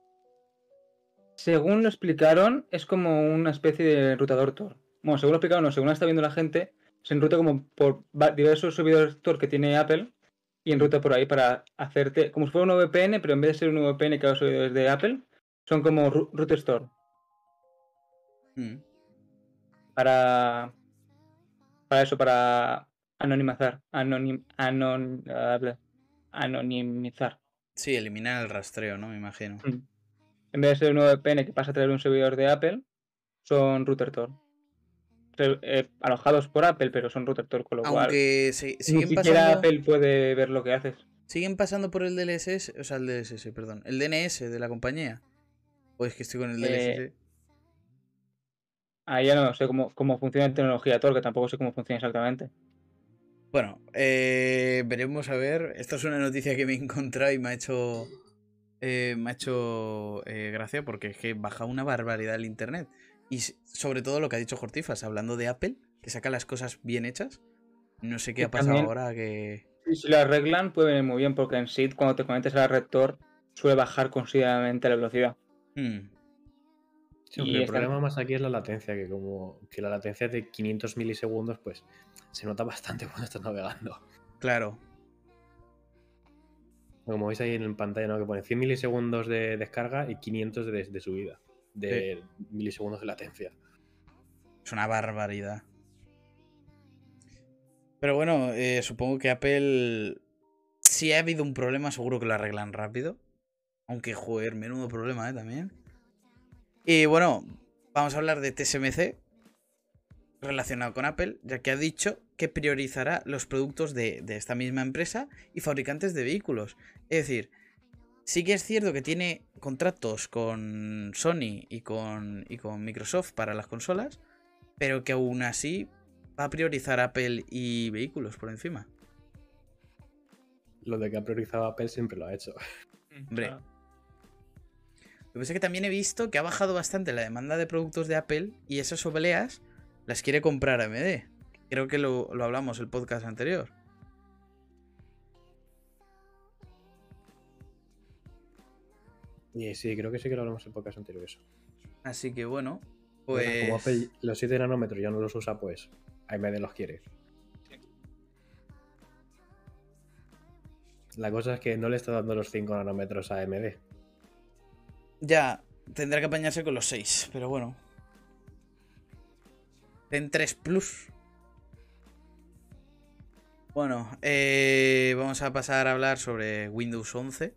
Según lo explicaron, es como una especie de enrutador Tor. Bueno, según lo explicaron, no, según lo está viendo la gente, se enruta como por va- diversos servidores Tor que tiene Apple y enruta por ahí para hacerte, como si fuera un V P N, pero en vez de ser un V P N que ha servidores de Apple, son como ru- routers Tor. Mm. Para, para eso, para anonimizar. Anonim, anon, ah, bla, anonimizar. Sí, eliminar el rastreo, ¿no? Me imagino. Mm. En vez de ser un V P N que pasa a través de un servidor de Apple, son router Tor. Re- eh, alojados por Apple, pero son router Tor, con lo cual Aunque se- ni siguen siquiera pasando... Apple puede ver lo que haces. ¿Siguen pasando por el D L S S? O sea, el D L S S, perdón. El D N S de la compañía. O es que estoy con el D L S S. Eh, Ahí ya no sé cómo, cómo funciona la tecnología Tor, que tampoco sé cómo funciona exactamente. Bueno, eh, veremos a ver. Esta es una noticia que me he encontrado y me ha hecho. eh, me ha hecho eh, gracia porque es que baja una barbaridad el internet. Y s- sobre todo lo que ha dicho Jortifas, hablando de Apple, que saca las cosas bien hechas. No sé qué Y ha pasado también- ahora que. Y si lo arreglan, puede venir muy bien, porque en S I D, cuando te conectes a la red Tor, suele bajar considerablemente la velocidad. Hmm, Sí, Y aunque el esta- problema más aquí es la latencia, que como que la latencia es de quinientos milisegundos, pues se nota bastante cuando estás navegando. claro. Como veis ahí en pantalla, ¿no? Que pone cien milisegundos de descarga y quinientos de, de subida. De milisegundos de latencia. Es una barbaridad. Pero bueno, eh, supongo que Apple. Si ha habido un problema, seguro que lo arreglan rápido. Aunque, joder, menudo problema, ¿eh? También. Y bueno, vamos a hablar de T S M C. relacionado con Apple, ya que ha dicho que priorizará los productos de, de esta misma empresa y fabricantes de vehículos. Es decir, sí que es cierto que tiene contratos con Sony y con, y con Microsoft para las consolas, pero que aún así va a priorizar Apple y vehículos por encima. Lo de que ha priorizado Apple siempre lo ha hecho. Hombre. Claro. Lo que pasa es que también he visto que ha bajado bastante la demanda de productos de Apple y esas obleas las quiere comprar A M D. Creo que lo, lo hablamos el podcast anterior. Y sí, creo que sí que lo hablamos en podcast anterior eso. Así que bueno, Bueno, pues... como Apple los siete nanómetros ya no los usa, pues A M D los quiere. La cosa es que no le está dando los cinco nanómetros a A M D. Ya, tendrá que apañarse con los seis, pero bueno. En tres Plus. Bueno, eh, vamos a pasar a hablar sobre Windows once.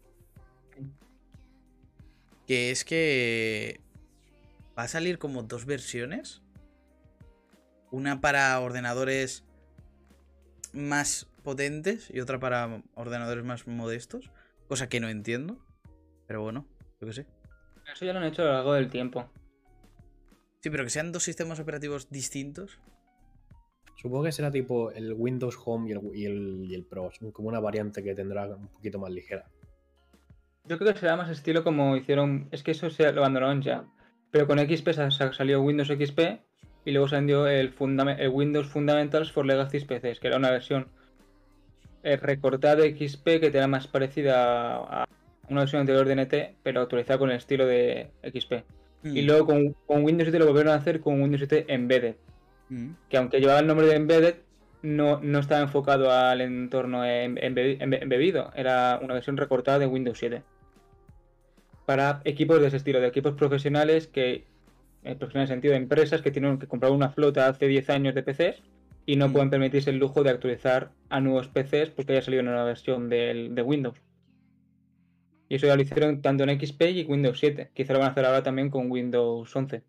Que es que va a salir como dos versiones. Una para ordenadores más potentes y otra para ordenadores más modestos. Cosa que no entiendo. Pero bueno, yo qué sé. Eso ya lo han hecho a lo largo del tiempo. Sí, pero que sean dos sistemas operativos distintos. Supongo que será tipo el Windows Home y el, y el, y el Pro. Son como una variante que tendrá un poquito más ligera. Yo creo que será más estilo como hicieron. Es que eso se lo abandonaron ya. Pero con X P sa- sa- salió Windows X P y luego salió el, fundame- el Windows Fundamentals for Legacy P Cs, que era una versión eh, recortada de X P que era más parecida a, a una versión anterior de N T, pero actualizada con el estilo de X P. Mm. Y luego con, con Windows siete lo volvieron a hacer con Windows siete Embedded, Mm. que aunque llevaba el nombre de Embedded, no, no estaba enfocado al entorno em- embe- embe- embebido. Era una versión recortada de Windows siete. Para equipos de ese estilo, de equipos profesionales que, eh, profesionales en el sentido de empresas que tienen que comprar una flota hace diez años de P Cs y no Mm. pueden permitirse el lujo de actualizar a nuevos P Cs porque haya salido una nueva versión del- de Windows. Y eso ya lo hicieron tanto en X P y Windows siete. Quizá lo van a hacer ahora también con Windows once.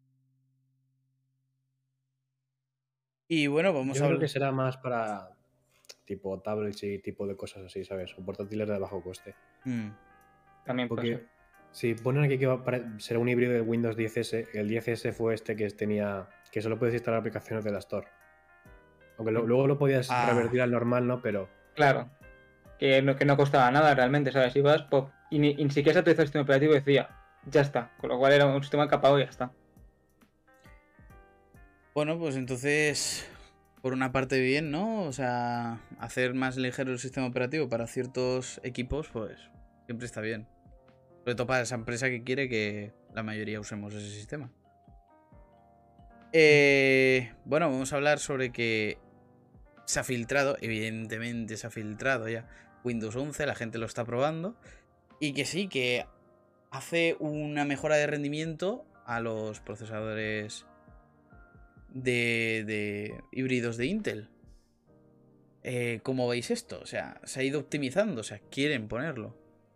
Y bueno, vamos Yo a creo hablar. que será más para tipo tablets y tipo de cosas así, ¿sabes? O portátiles de bajo coste. Mm. También puede Porque ser. si ponen aquí que va a pare- será un híbrido de Windows diez ese, el diez ese fue este que tenía que solo puedes instalar aplicaciones de la Store. Aunque lo- luego lo podías Ah. revertir al normal, ¿no? Pero Claro. Que no, que no costaba nada realmente, ¿sabes? Ibas, pop, y ni, y ni siquiera se actualizó el sistema operativo y decía, ya está. Con lo cual era un sistema capado y ya está. Bueno, pues entonces, por una parte bien, ¿no? O sea, hacer más ligero el sistema operativo para ciertos equipos, pues siempre está bien. Sobre todo para esa empresa que quiere que la mayoría usemos ese sistema. Eh, bueno, vamos a hablar sobre que se ha filtrado, evidentemente se ha filtrado ya Windows once, la gente lo está probando. Y que sí, que hace una mejora de rendimiento a los procesadores de, de híbridos de Intel. Eh, ¿Cómo veis esto? O sea, se ha ido optimizando, o sea, quieren ponerlo.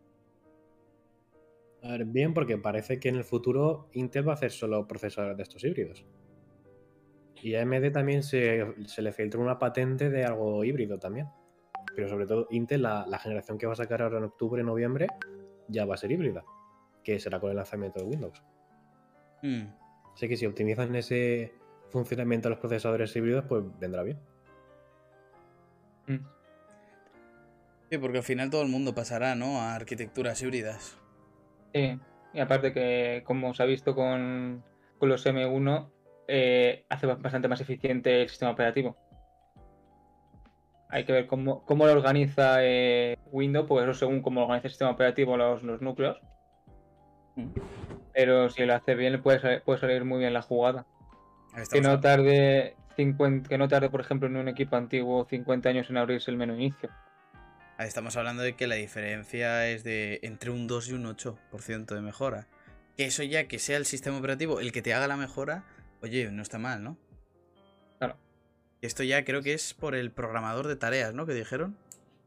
a ver, bien, porque parece que en el futuro Intel va a hacer solo procesadores de estos híbridos. Y a A M D también se, se le filtró una patente de algo híbrido también. Pero sobre todo Intel, la, la generación que va a sacar ahora en octubre, noviembre, ya va a ser híbrida. Que será con el lanzamiento de Windows. Mm. Así que si optimizan ese funcionamiento de los procesadores híbridos, pues vendrá bien. Mm. Sí, porque al final todo el mundo pasará, ¿no? A arquitecturas híbridas. Sí. Y aparte que, como se ha visto con, con los M uno, eh, hace bastante más eficiente el sistema operativo. Hay que ver cómo, cómo lo organiza eh, Windows, pues eso según cómo organiza el sistema operativo los, los núcleos. Mm. Pero si lo hace bien, puede salir, puede salir muy bien la jugada. Ahí Que estamos no hablando. tarde cincuenta, que no tarde, por ejemplo, en un equipo antiguo cincuenta años en abrirse el menú inicio. Ahí estamos hablando de que la diferencia es de entre un dos y un ocho por ciento de mejora. Que eso ya que sea el sistema operativo el que te haga la mejora, oye, no está mal, ¿no? Claro. Esto ya creo que es por el programador de tareas, ¿no? Que dijeron.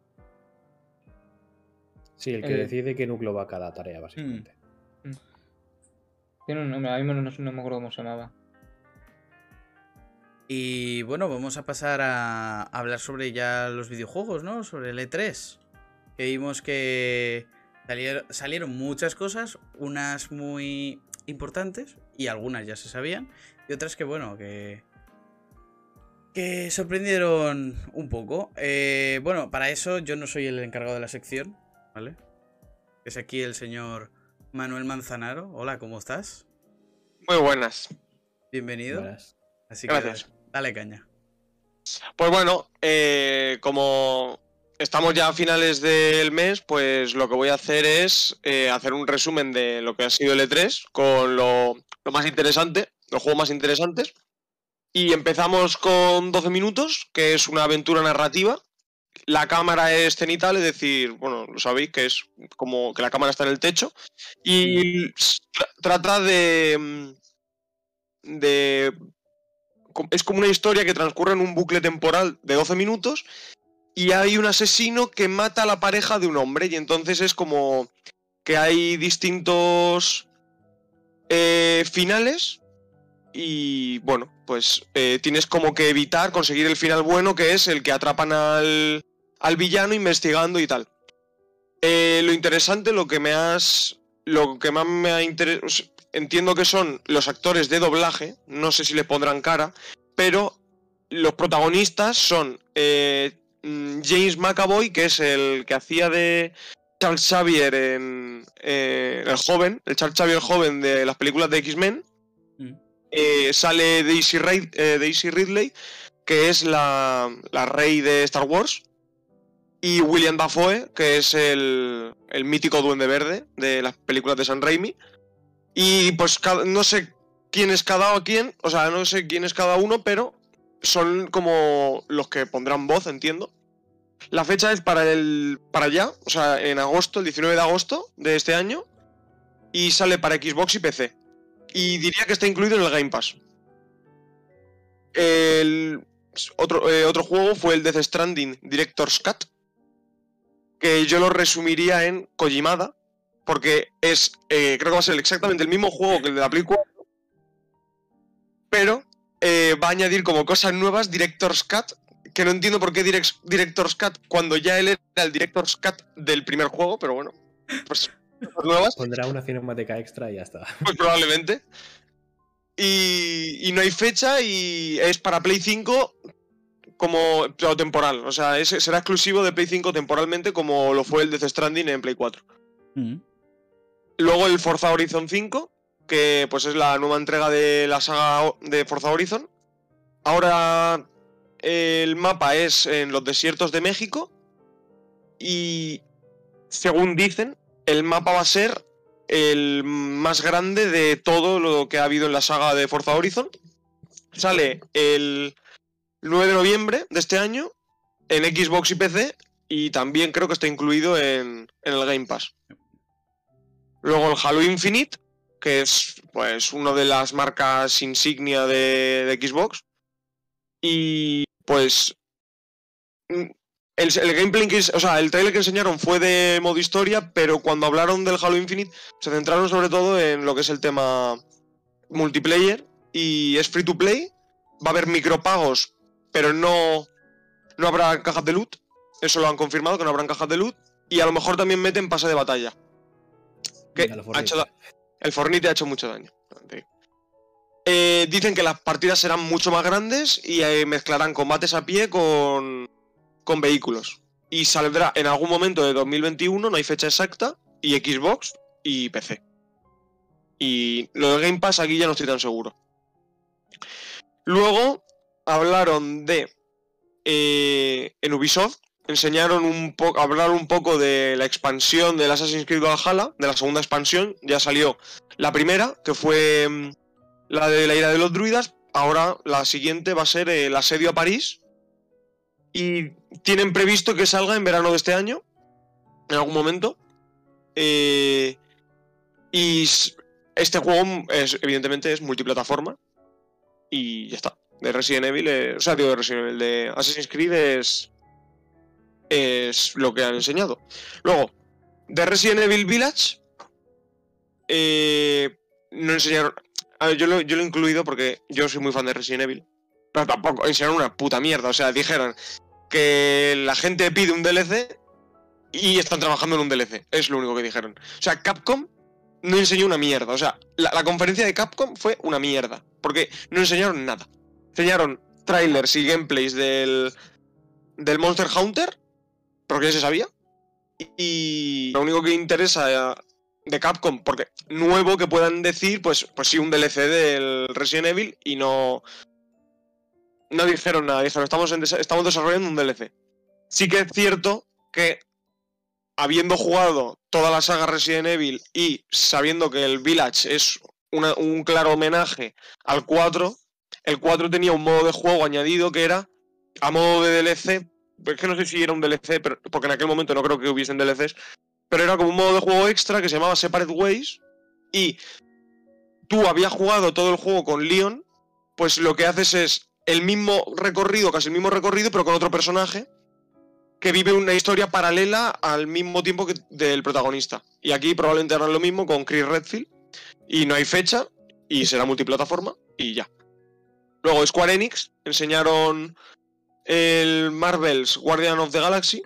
Sí, el que Eh, decide qué núcleo va a cada tarea, básicamente. Tiene un nombre, a mí no, no, no me acuerdo cómo se llamaba. Y bueno, vamos a pasar a hablar sobre ya los videojuegos, ¿no? Sobre el E tres. Que vimos que salieron, salieron muchas cosas, unas muy importantes y algunas ya se sabían. Y otras que, bueno, que... que sorprendieron un poco. Eh, bueno, para eso yo no soy el encargado de la sección, ¿vale? Es aquí el señor Manuel Manzanaro. Hola, ¿cómo estás? Muy buenas. Bienvenido. Buenas. Así que Gracias. dale, dale caña. Pues bueno, eh, como estamos ya a finales del mes, pues lo que voy a hacer es eh, hacer un resumen de lo que ha sido el E tres con lo, lo más interesante, los juegos más interesantes. Y empezamos con doce minutos, que es una aventura narrativa. La cámara es cenital, es decir, bueno, lo sabéis que es como que la cámara está en el techo. Y tra- trata de... de es como una historia que transcurre en un bucle temporal de doce minutos y hay un asesino que mata a la pareja de un hombre y entonces es como que hay distintos eh, finales y bueno, pues eh, tienes como que evitar conseguir el final bueno, que es el que atrapan al, al villano investigando y tal. Eh, lo interesante, lo que me has... Lo que más me ha interesado... Entiendo que son los actores de doblaje, no sé si les pondrán cara, pero los protagonistas son eh, James McAvoy, que es el que hacía de Charles Xavier en eh, el joven, el Charles Xavier joven de las películas de X-Men. Mm. Eh, sale Daisy, Rid eh, Daisy Ridley, que es la, la rey de Star Wars. Y William Dafoe, que es el, el mítico Duende Verde de las películas de Sam Raimi. Y pues no sé quién es cada quién, o sea, no sé quién es cada uno, pero son como los que pondrán voz, entiendo. La fecha es para el para allá, o sea, en agosto, el diecinueve de agosto de este año, y sale para Xbox y P C. Y diría que está incluido en el Game Pass. El otro, eh, otro juego fue el Death Stranding Director's Cut, que yo lo resumiría en Kojimada, porque es, eh, creo que va a ser exactamente el mismo juego que el de la Play cuatro, pero eh, va a añadir como cosas nuevas Director's Cut, que no entiendo por qué direct, Director's Cut cuando ya él era el Director's Cut del primer juego, pero bueno, pues cosas nuevas. Pondrá una cinemática extra y ya está. Pues probablemente. Y, y no hay fecha y es para Play cinco como temporal, o sea, es, será exclusivo de Play cinco temporalmente como lo fue el Death Stranding en Play cuatro. Mm. Luego el Forza Horizon cinco, que pues es la nueva entrega de la saga de Forza Horizon. Ahora el mapa es en los desiertos de México y según dicen, el mapa va a ser el más grande de todo lo que ha habido en la saga de Forza Horizon. Sale el nueve de noviembre de este año en Xbox y P C y también creo que está incluido en, en el Game Pass. Luego el Halo Infinite, que es pues una de las marcas insignia de, de Xbox. Y pues el, el gameplay, que, o sea, el trailer que enseñaron fue de modo historia, pero cuando hablaron del Halo Infinite se centraron sobre todo en lo que es el tema multiplayer y es free to play. Va a haber micropagos, pero no, no habrá cajas de loot. Eso lo han confirmado, que no habrán cajas de loot. Y a lo mejor también meten pase de batalla. Que ha hecho, el Fornite ha hecho mucho daño. Eh, dicen que las partidas serán mucho más grandes y eh, mezclarán combates a pie con, con vehículos. Y saldrá en algún momento de dos mil veintiuno, no hay fecha exacta, y Xbox y P C. Y lo de Game Pass aquí ya no estoy tan seguro. Luego hablaron de... Eh, en Ubisoft enseñaron un poco, hablaron un poco de la expansión del Assassin's Creed Valhalla, de la segunda expansión. Ya salió la primera, que fue mmm, la de la ira de los druidas. Ahora la siguiente va a ser el asedio a París. Y tienen previsto que salga en verano de este año, en algún momento. Eh, y este juego, es, evidentemente, es multiplataforma. Y ya está. De Resident Evil, eh, o sea, digo de Resident Evil, de Assassin's Creed es... es lo que han enseñado. Luego, de Resident Evil Village, eh, no enseñaron... A ver, yo lo, yo lo he incluido porque yo soy muy fan de Resident Evil. Pero tampoco, enseñaron una puta mierda. O sea, dijeron que la gente pide un D L C y están trabajando en un D L C. Es lo único que dijeron. O sea, Capcom no enseñó una mierda. O sea, la, la conferencia de Capcom fue una mierda. Porque no enseñaron nada. Enseñaron trailers y gameplays del, del Monster Hunter, pero que ya se sabía. Y lo único que interesa de Capcom, porque nuevo que puedan decir, pues, pues sí, un D L C del Resident Evil y no... No dijeron nada, dijeron, estamos, en desa- estamos desarrollando un D L C. Sí que es cierto que, habiendo jugado toda la saga Resident Evil y sabiendo que el Village es una, un claro homenaje al cuatro, el cuatro tenía un modo de juego añadido que era, a modo de D L C, es que no sé si era un D L C, pero, porque en aquel momento no creo que hubiesen D L Cs, pero era como un modo de juego extra que se llamaba Separate Ways, y tú habías jugado todo el juego con Leon, pues lo que haces es el mismo recorrido, casi el mismo recorrido, pero con otro personaje que vive una historia paralela al mismo tiempo que del protagonista. Y aquí probablemente harán lo mismo con Chris Redfield, y no hay fecha, y será multiplataforma, y ya. Luego Square Enix enseñaron el Marvel's Guardian of the Galaxy,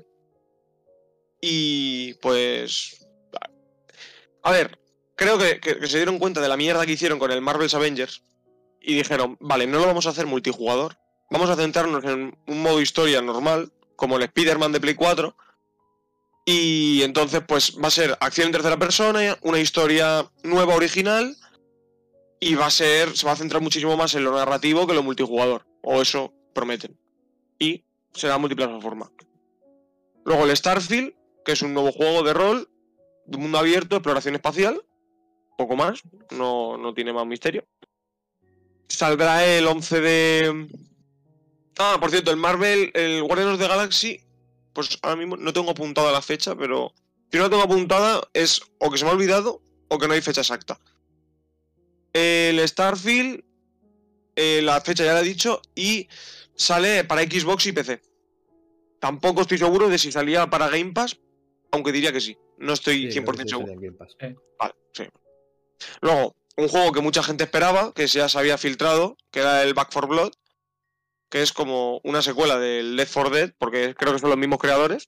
y pues... A ver, creo que, que, que se dieron cuenta de la mierda que hicieron con el Marvel's Avengers, y dijeron, vale, no lo vamos a hacer multijugador, vamos a centrarnos en un modo historia normal, como el Spider-Man de Play cuatro, y entonces pues va a ser acción en tercera persona, una historia nueva, original, y va a ser, se va a centrar muchísimo más en lo narrativo que en lo multijugador, o eso prometen, y será multiplataforma. Luego el Starfield, que es un nuevo juego de rol, de mundo abierto, exploración espacial, poco más, no, no tiene más misterio. Saldrá el once de... Ah, por cierto, el Marvel, el Guardians of the Galaxy, pues ahora mismo no tengo apuntada la fecha, pero si no la tengo apuntada es o que se me ha olvidado o que no hay fecha exacta. El Starfield, eh, la fecha ya la he dicho, y sale para Xbox y P C. Tampoco estoy seguro de si salía para Game Pass, aunque diría que sí. No estoy Sí, cien por creo que ciento sí seguro. sería Game Pass. Eh, Vale, sí. Luego, un juego que mucha gente esperaba, que ya se había filtrado, que era el Back four Blood, que es como una secuela del Left four Dead, porque creo que son los mismos creadores.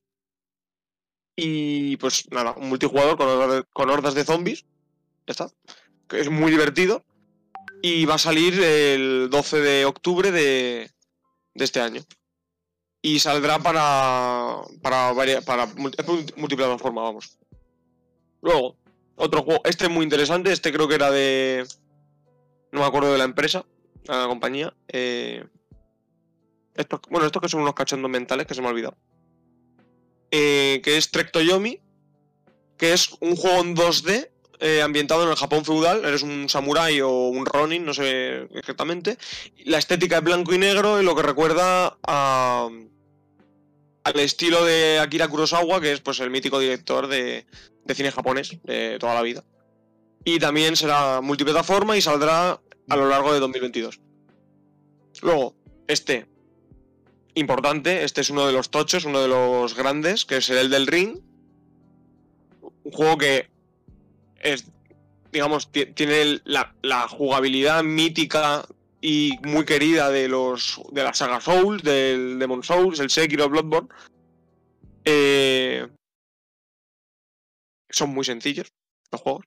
Y pues nada, un multijugador con hordas de, con hordas de zombies. Ya está. Que es muy divertido. Y va a salir el doce de octubre de, de este año. Y saldrá para. Para, varia- para multi- multiplataforma, vamos. Luego, otro juego. Este es muy interesante. Este creo que era de. No me acuerdo de la empresa, la compañía. Eh, estos, bueno, estos que son unos cachondos mentales que se me ha olvidado. Eh, que es Trek Toyomi, que es un juego en dos D eh, ambientado en el Japón feudal. Eres un samurái o un ronin, no sé exactamente. La estética es blanco y negro y lo que recuerda a, al estilo de Akira Kurosawa, que es pues el mítico director de, de cine japonés de toda la vida. Y también será multiplataforma y saldrá a lo largo de dos mil veintidós. Luego, este, importante, este es uno de los tochos, uno de los grandes, que es el del Ring. Un juego que es, digamos, tiene la, la jugabilidad mítica y muy querida de los de la saga Souls, del Demon Souls, el Sekiro, Bloodborne. Eh, son muy sencillos los juegos.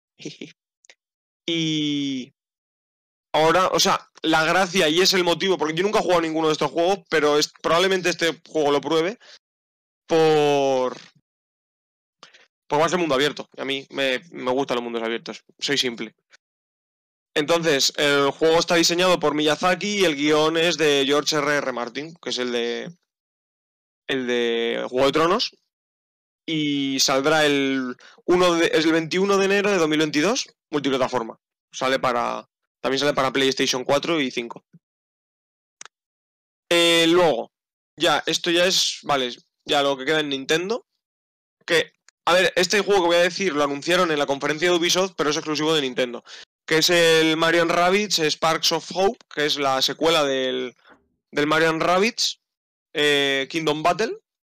Y ahora, o sea, la gracia, y es el motivo, porque yo nunca he jugado ninguno de estos juegos, pero es, probablemente este juego lo pruebe por... Porque va a ser mundo abierto. Y a mí me, me gustan los mundos abiertos. Soy simple. Entonces, el juego está diseñado por Miyazaki y el guión es de George R R. Martin, que es el de... El de Juego de Tronos. Y saldrá el, uno de, es el veintiuno de enero de dos mil veintidós, multiplataforma. Sale para... También sale para PlayStation cuatro y cinco. Eh, luego, ya, esto ya es... Vale, ya lo que queda en Nintendo. Que, a ver, este juego que voy a decir lo anunciaron en la conferencia de Ubisoft, pero es exclusivo de Nintendo. Que es el Mario and Rabbids Sparks of Hope, que es la secuela del, del Mario and Rabbids eh, Kingdom Battle.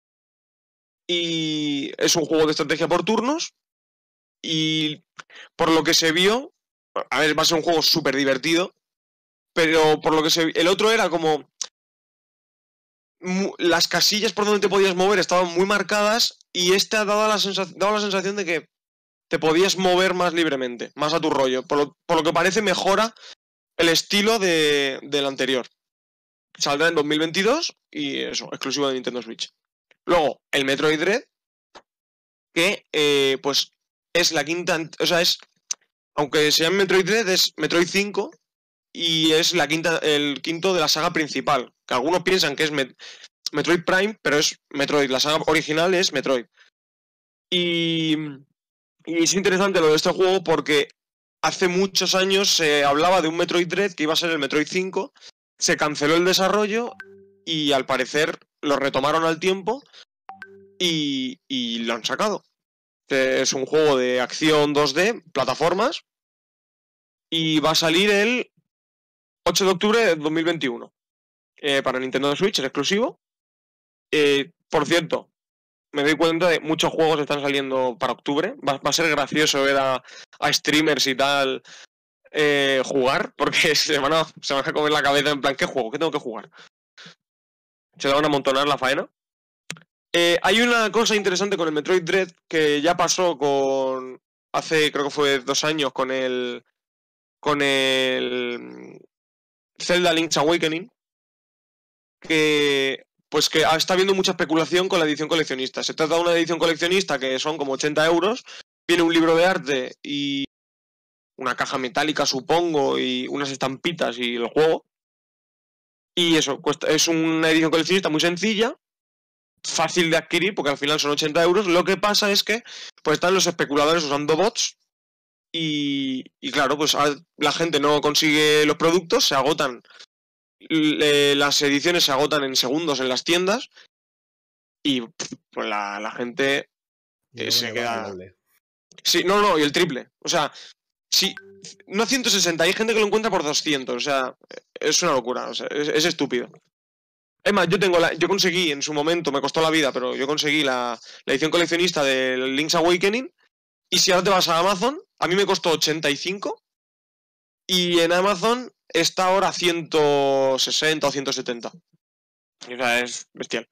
Y es un juego de estrategia por turnos. Y por lo que se vio, a ver, va a ser un juego súper divertido. pero por lo que se... El otro era como... Las casillas por donde te podías mover estaban muy marcadas y este ha dado la, sensa dado la sensación de que te podías mover más libremente, más a tu rollo. Por lo, por lo que parece mejora el estilo de, del anterior. Saldrá en dos mil veintidós y eso, exclusivo de Nintendo Switch. Luego, el Metroid Dread, que eh, pues es la quinta... O sea, es... Aunque se llame Metroid Dread, es Metroid cinco y es la quinta, el quinto de la saga principal. Que algunos piensan que es Met Metroid Prime, pero es Metroid. La saga original es Metroid. Y, y es interesante lo de este juego porque hace muchos años se hablaba de un Metroid Dread que iba a ser el Metroid cinco. Se canceló el desarrollo y al parecer lo retomaron al tiempo y, y lo han sacado. Es un juego de acción dos D, plataformas, y va a salir el ocho de octubre de dos mil veintiuno. Eh, para Nintendo Switch, es exclusivo. Eh, por cierto, me doy cuenta de que muchos juegos están saliendo para octubre. Va, va a ser gracioso ver a, a streamers y tal eh, jugar, porque se van, a, se van a comer la cabeza en plan, ¿qué juego? ¿Qué tengo que jugar? Se le van a amontonar la faena. Eh, hay una cosa interesante con el Metroid Dread que ya pasó con... Hace, creo que fue dos años, con el... Con el... Zelda Link's Awakening. Que... Pues que está habiendo mucha especulación con la edición coleccionista. Se trata de una edición coleccionista que son como ochenta euros. Viene un libro de arte y... Una caja metálica, supongo, y unas estampitas y el juego. Y eso, cuesta, es una edición coleccionista muy sencilla. Fácil de adquirir porque al final son ochenta euros. Lo que pasa es que pues están los especuladores usando bots y, y claro, pues la gente no consigue los productos, se agotan, le, las ediciones se agotan en segundos en las tiendas y pues la, la gente eh, se queda... Sí, no, no, y el triple. O sea, sí, no ciento sesenta, hay gente que lo encuentra por doscientos, o sea, es una locura, o sea, es, es estúpido. Es más, yo tengo la, yo conseguí en su momento, me costó la vida, pero yo conseguí la, la edición coleccionista del Link's Awakening. Y si ahora te vas a Amazon, a mí me costó ochenta y cinco. Y en Amazon está ahora ciento sesenta o ciento setenta. O sea, es bestial.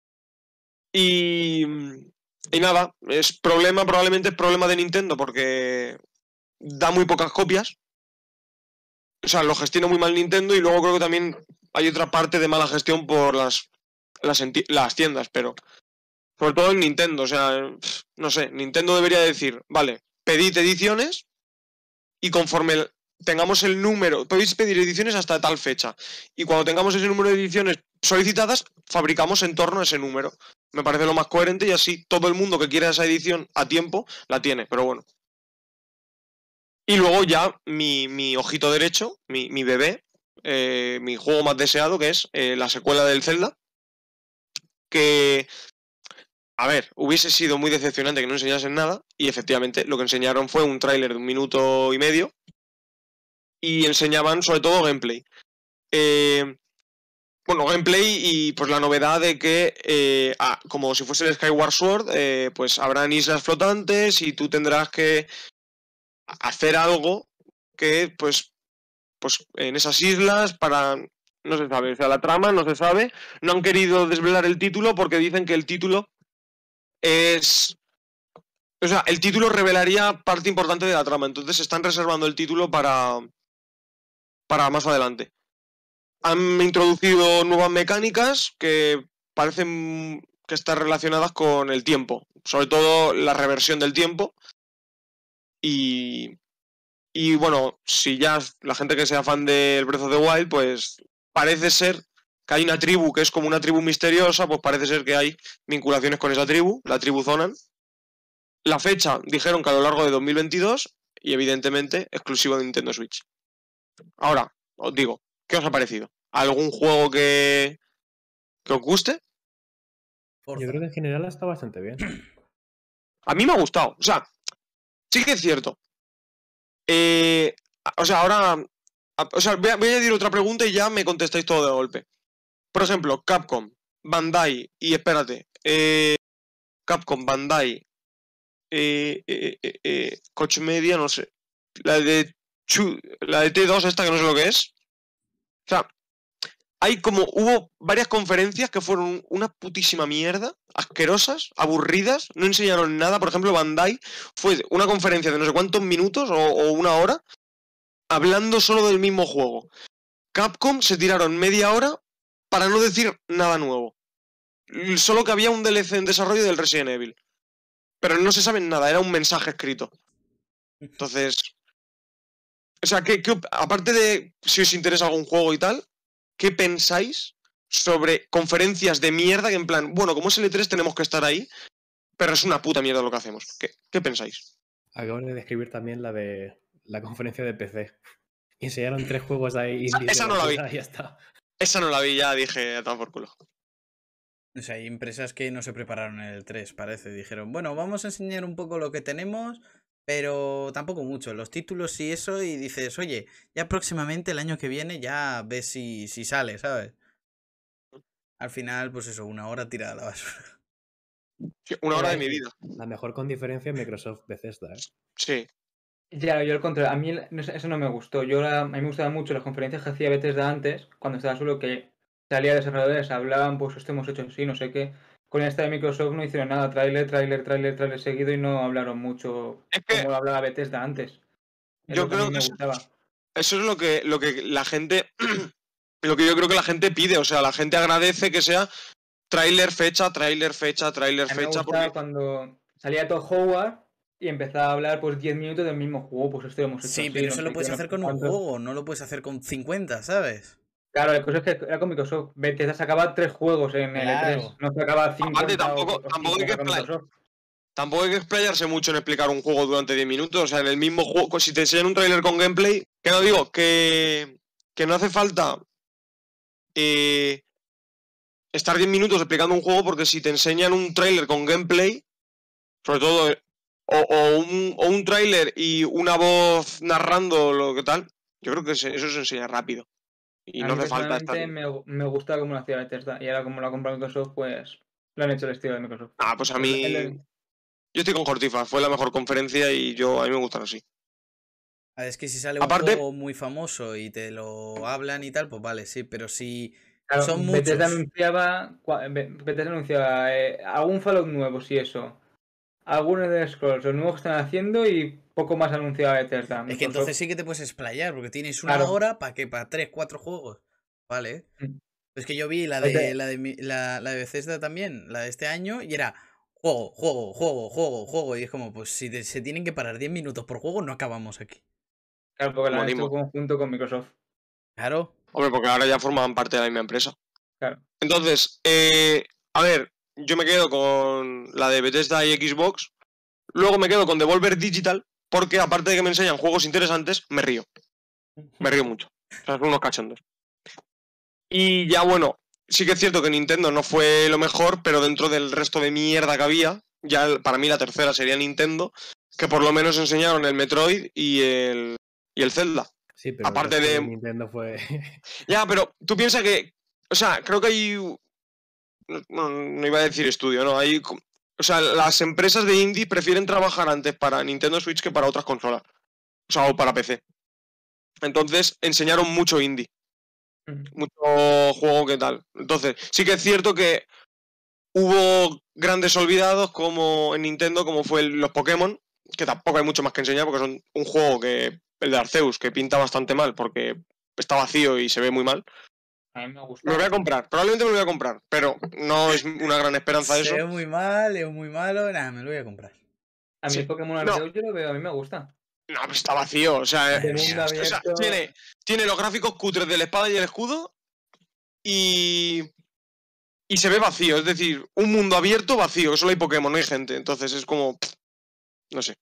Y, y nada, es problema, probablemente es problema de Nintendo porque da muy pocas copias. O sea, lo gestiona muy mal Nintendo y luego creo que también hay otra parte de mala gestión por las, las, las tiendas, pero sobre todo en Nintendo. O sea, no sé, Nintendo debería decir, vale, pedid ediciones y conforme tengamos el número, podéis pedir ediciones hasta tal fecha y cuando tengamos ese número de ediciones solicitadas, fabricamos en torno a ese número. Me parece lo más coherente y así todo el mundo que quiera esa edición a tiempo la tiene, pero bueno. Y luego ya mi, mi ojito derecho, mi, mi bebé, eh, mi juego más deseado, que es eh, la secuela del Zelda. Que, a ver, hubiese sido muy decepcionante que no enseñasen nada. Y efectivamente lo que enseñaron fue un tráiler de un minuto y medio. Y enseñaban sobre todo gameplay. Eh, bueno, gameplay y pues la novedad de que, eh, ah, como si fuese el Skyward Sword, eh, pues habrán islas flotantes y tú tendrás que hacer algo que pues pues en esas islas para... no se sabe, o sea, la trama no se sabe, no han querido desvelar el título porque dicen que el título es... O sea, el título revelaría parte importante de la trama, entonces están reservando el título para para más adelante. Han introducido nuevas mecánicas que parecen que están relacionadas con el tiempo, sobre todo la reversión del tiempo. Y, y bueno, si ya la gente que sea fan del Breath of the Wild, pues parece ser que hay una tribu que es como una tribu misteriosa, pues parece ser que hay vinculaciones con esa tribu, la tribu Zonan. La fecha dijeron que a lo largo de dos mil veintidós y evidentemente exclusivo de Nintendo Switch. Ahora, os digo, ¿qué os ha parecido? ¿Algún juego que, que os guste? Forza. Yo creo que en general está bastante bien. A mí me ha gustado, o sea, sí que es cierto. Eh, o sea, ahora... O sea, voy a, voy a añadir otra pregunta y ya me contestáis todo de golpe. Por ejemplo, Capcom, Bandai y espérate, eh, Capcom, Bandai, eh, eh, eh, eh, Koch Media, no sé, la de Chu, la de T dos esta que no sé lo que es. sea, hay como, hubo varias conferencias que fueron una putísima mierda, asquerosas, aburridas, no enseñaron nada. Por ejemplo, Bandai fue una conferencia de no sé cuántos minutos o, o una hora hablando solo del mismo juego. Capcom se tiraron media hora para no decir nada nuevo. Solo que había un D L C en desarrollo del Resident Evil. Pero no se sabe nada, era un mensaje escrito. Entonces... O sea, ¿qué, qué, aparte de si os interesa algún juego y tal, ¿qué pensáis sobre conferencias de mierda que en plan, bueno, como es L tres tenemos que estar ahí, pero es una puta mierda lo que hacemos? ¿Qué, qué pensáis? Acabo de describir también la de la conferencia de P C. Y enseñaron tres juegos ahí. Esa, esa no la vi. Ya está. Esa no la vi, ya dije, a tomar por culo. O sea, hay empresas que no se prepararon en el tres, parece. Dijeron, bueno, vamos a enseñar un poco lo que tenemos, pero tampoco mucho. Los títulos y eso, y dices, oye, ya próximamente el año que viene ya ves si, si sale, ¿sabes? Al final, pues eso, una hora tirada a la basura. Una hora de mi vida. La mejor con diferencia es Microsoft Bethesda, ¿eh? Sí. Ya, yo al contrario, a mí eso no me gustó. Yo la, a mí me gustaban mucho las conferencias que hacía Bethesda antes, cuando estaba solo que salía desarrolladores, hablaban, pues esto hemos hecho así, no sé qué. Con esta de Microsoft no hicieron nada, tráiler, tráiler, tráiler, tráiler seguido y no hablaron mucho es que como lo hablaba Bethesda antes. Es yo que creo a mí que me gustaba. eso es lo que, lo que la gente, lo que yo creo que la gente pide, o sea, la gente agradece que sea tráiler, fecha, tráiler, fecha, tráiler, A mí me fecha. gustaba Porque... cuando salía Todd Howard y empezaba a hablar pues diez minutos del mismo juego, pues esto lo hemos hecho Sí, así, pero no eso sé lo qué, puedes no hacer sé con un cuánto. juego, no lo puedes hacer con cincuenta, ¿sabes? Claro, la cosa es que era con Microsoft. Bethesda sacaba tres juegos en el E tres, Claro. no sacaba cincuenta Aparte, tampoco, o, o tampoco, hay que cincuenta con explayar, Microsoft. tampoco hay que explayarse mucho en explicar un juego durante diez minutos. O sea, en el mismo juego, si te enseñan un tráiler con gameplay, que no digo que, que no hace falta eh, estar diez minutos explicando un juego, porque si te enseñan un tráiler con gameplay, sobre todo, o, o un, o un tráiler y una voz narrando lo que tal, yo creo que se, eso se enseña rápido. Y A no mí hace falta personalmente estar... me, me gusta cómo lo hacía Bethesda y ahora como lo ha comprado Microsoft, pues lo han hecho el estilo de Microsoft. Ah, pues a El- mí... el- Yo estoy con Cortifa, fue la mejor conferencia y yo a mí me gustan así. A ver, es que si sale Aparte- un juego muy famoso y te lo hablan y tal, pues vale, sí, pero si claro, son Bethesda muchos. anunciaba, cua- Be- Bethesda anunciaba eh, algún Fallout nuevo, sí, eso. Algunos de Scrolls, los nuevos que están haciendo y poco más anunciaba Bethesda. Es que Microsoft. entonces sí que te puedes explayar, porque tienes una Claro. hora para que para tres, cuatro juegos. Vale. Mm. Es que yo vi la Es de de- la de mi- la, la de Bethesda también, la de este año, y era juego, juego, juego, juego, juego. Y es como, pues si te- se tienen que parar diez minutos por juego, no acabamos aquí. Claro, porque lo han Monismo. hecho conjunto con Microsoft. Claro. Hombre, porque ahora ya forman parte de la misma empresa. Claro. Entonces, eh, a ver, yo me quedo con la de Bethesda y Xbox. Luego me quedo con Devolver Digital, porque aparte de que me enseñan juegos interesantes, me río. Me río mucho. O sea, son unos cachondos. Y ya bueno, sí que es cierto que Nintendo no fue lo mejor, pero dentro del resto de mierda que había, ya el- para mí la tercera sería Nintendo, que por lo menos enseñaron el Metroid y el, y el Zelda. Sí, pero Aparte el resto de- Nintendo fue. Ya, pero tú piensas que, o sea, creo que hay, no, no- no iba a decir estudio, no, hay, co- o sea, las empresas de indie prefieren trabajar antes para Nintendo Switch que para otras consolas, o sea, o para P C. Entonces enseñaron mucho indie, Mm. mucho juego que tal. Entonces, sí que es cierto que hubo grandes olvidados como en Nintendo, como fue el- los Pokémon, que tampoco hay mucho más que enseñar porque son un juego que, el de Arceus, que pinta bastante mal porque está vacío y se ve muy mal. A mí me gusta. Me lo voy a comprar, probablemente me lo voy a comprar, pero no es una gran esperanza eso. Se ve muy mal, es muy malo, nada, me lo voy a comprar. A mí Sí. el Pokémon No. Arceus yo lo veo, a mí me gusta. No, pues está vacío, o sea, De eh, mundo o sea, abierto. tiene, tiene los gráficos cutres de la espada y el escudo y, y se ve vacío, es decir, un mundo abierto vacío, que solo hay Pokémon, no hay gente, entonces es como, pff, no sé.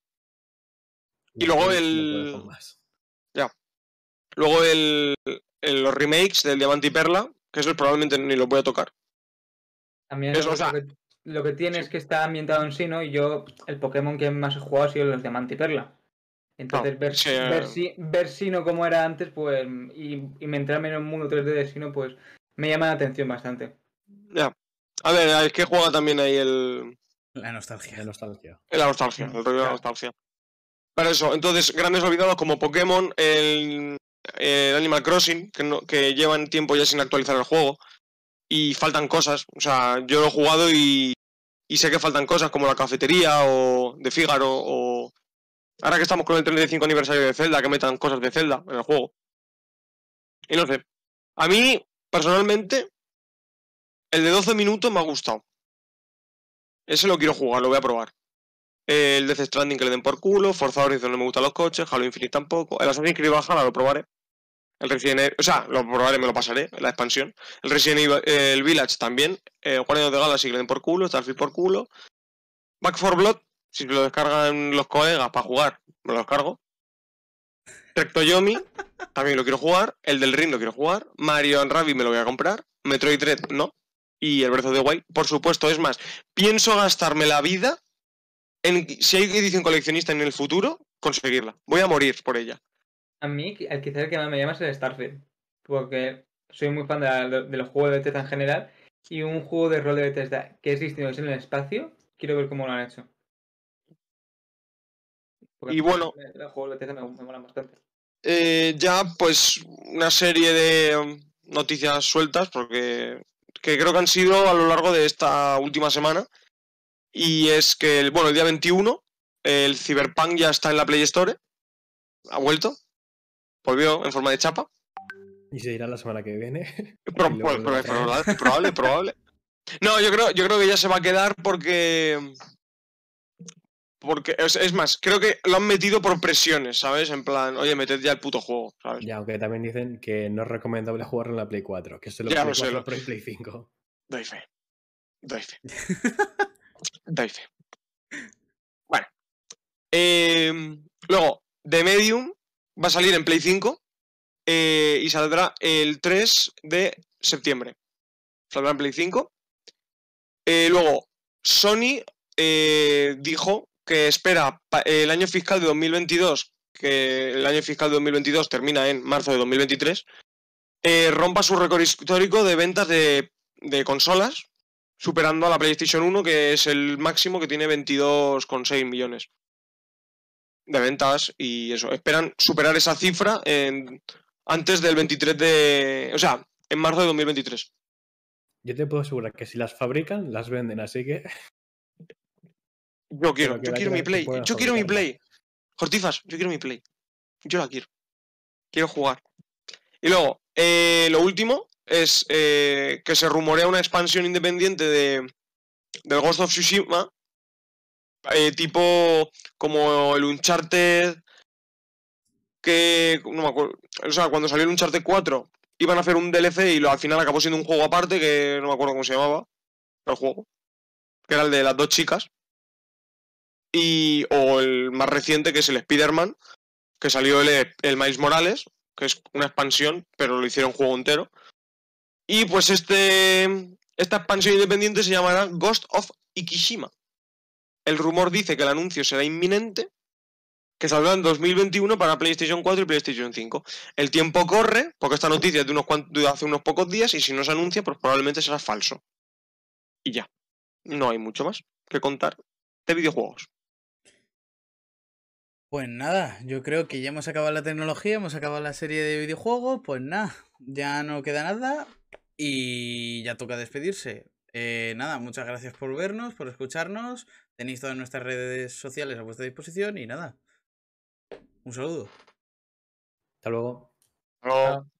Y luego No el- puedes con más. Luego el, el- los remakes del Diamante y Perla, que eso probablemente ni los voy a tocar. También Eso, lo, o sea, que, lo que tiene sí. es que está ambientado en Sino y yo, el Pokémon que más he jugado ha sido los Diamante y Perla. Entonces, Claro, ver, sí, ver, eh. Si- ver Sino como era antes, pues, y, y meterme en un mundo tres D de Sino, pues, me llama la atención bastante. Ya. A ver, es que juega también ahí el, La nostalgia. De nostalgia. la nostalgia, el rollo de la Claro. nostalgia. Pero eso, entonces, grandes olvidados como Pokémon, el eh, el Animal Crossing, que, no, que llevan tiempo ya sin actualizar el juego. Y faltan cosas. O sea, yo lo he jugado y, y sé que faltan cosas como la cafetería o de Fígaro o... Ahora que estamos con el treinta y cinco aniversario de Zelda, que metan cosas de Zelda en el juego. Y no sé. A mí, personalmente, el de doce minutos me ha gustado. Ese lo quiero jugar, lo voy a probar. El Death Stranding que le den por culo, Forza Horizon no me gustan los coches, Halo Infinite tampoco. El Assassin's Creed Valhalla lo probaré. El Resident Evil, o sea, lo probaré, me lo pasaré, la expansión. El Resident Evil, eh, el Village también. El Guardians of the Galaxy que le den por culo, Starfield por culo. Back four Blood, si lo descargan los colegas para jugar, me lo descargo. Rectoyomi, también lo quiero jugar. El del Ring lo quiero jugar. Mario and Rabbids me lo voy a comprar. Metroid Dread, no. Y el Breath of the Wild, por supuesto. Es más, pienso gastarme la vida en, si hay edición coleccionista en el futuro, conseguirla. Voy a morir por ella. A mí, el quizás el que más me llama es el Starfield. Porque soy muy fan de, la, de los juegos de Bethesda en general. Y un juego de rol de Bethesda que es distinto en el espacio, quiero ver cómo lo han hecho. Porque Y bueno, los juegos de Bethesda me, me molan bastante. Eh, ya, pues, una serie de um, noticias sueltas, porque que creo que han sido a lo largo de esta última semana. Y es que, el, bueno, el día veintiuno, el Cyberpunk ya está en la Play Store. Ha vuelto. Volvió en forma de chapa. Y se irá la semana que viene. Pro, Y luego pues, lo pues, traen. probable, probable, probable. No, yo creo, yo creo que ya se va a quedar porque. Porque, es, es más, creo que lo han metido por presiones, ¿sabes? En plan, oye, meted ya el puto juego, ¿sabes? Ya, aunque también dicen que no es recomendable jugarlo en la Play cuatro, que solo Ya Play lo sé, cuatro lo- Pro y Play cinco. Doy fe. Doy fe. Doy fe. Bueno. Eh, luego, The Medium va a salir en Play cinco eh, y saldrá el tres de septiembre. Saldrá en Play cinco. Eh, luego, Sony eh, dijo que espera pa- el año fiscal de dos mil veintidós, que el año fiscal de dos mil veintidós termina en marzo de dos mil veintitrés, eh, rompa su récord histórico de ventas de, de consolas, superando a la PlayStation uno, que es el máximo, que tiene veintidós coma seis millones de ventas. Y eso, esperan superar esa cifra en, antes del veintitrés de... O sea, en marzo de dos mil veintitrés. Yo te puedo asegurar que si las fabrican, las venden, así que... Yo quiero, Pero que yo la quiero mi quieran que Play, puedan yo quiero mi fabricarla. Play. Jortifas, yo quiero mi Play. Yo la quiero. Quiero jugar. Y luego, eh, lo último es eh, que se rumorea una expansión independiente de, del Ghost of Tsushima, eh, tipo como el Uncharted, que no me acuerdo, o sea, cuando salió el Uncharted cuatro iban a hacer un D L C y lo, al final acabó siendo un juego aparte, que no me acuerdo cómo se llamaba el juego, que era el de las dos chicas. Y, o el más reciente, que es el Spider-Man, que salió el, el Miles Morales, que es una expansión, pero lo hicieron juego entero. Y pues este esta expansión independiente se llamará Ghost of Ikishima. El rumor dice que el anuncio será inminente, que saldrá en dos mil veintiuno para PlayStation cuatro y PlayStation cinco. El tiempo corre, porque esta noticia es de, unos cuantos, de hace unos pocos días, y si no se anuncia, pues probablemente será falso. Y ya. No hay mucho más que contar de videojuegos. Pues nada, yo creo que ya hemos acabado la tecnología, hemos acabado la serie de videojuegos, pues nada, ya no queda nada y ya toca despedirse. Eh, nada, muchas gracias por vernos, por escucharnos, tenéis todas nuestras redes sociales a vuestra disposición y nada, un saludo. Hasta luego. No.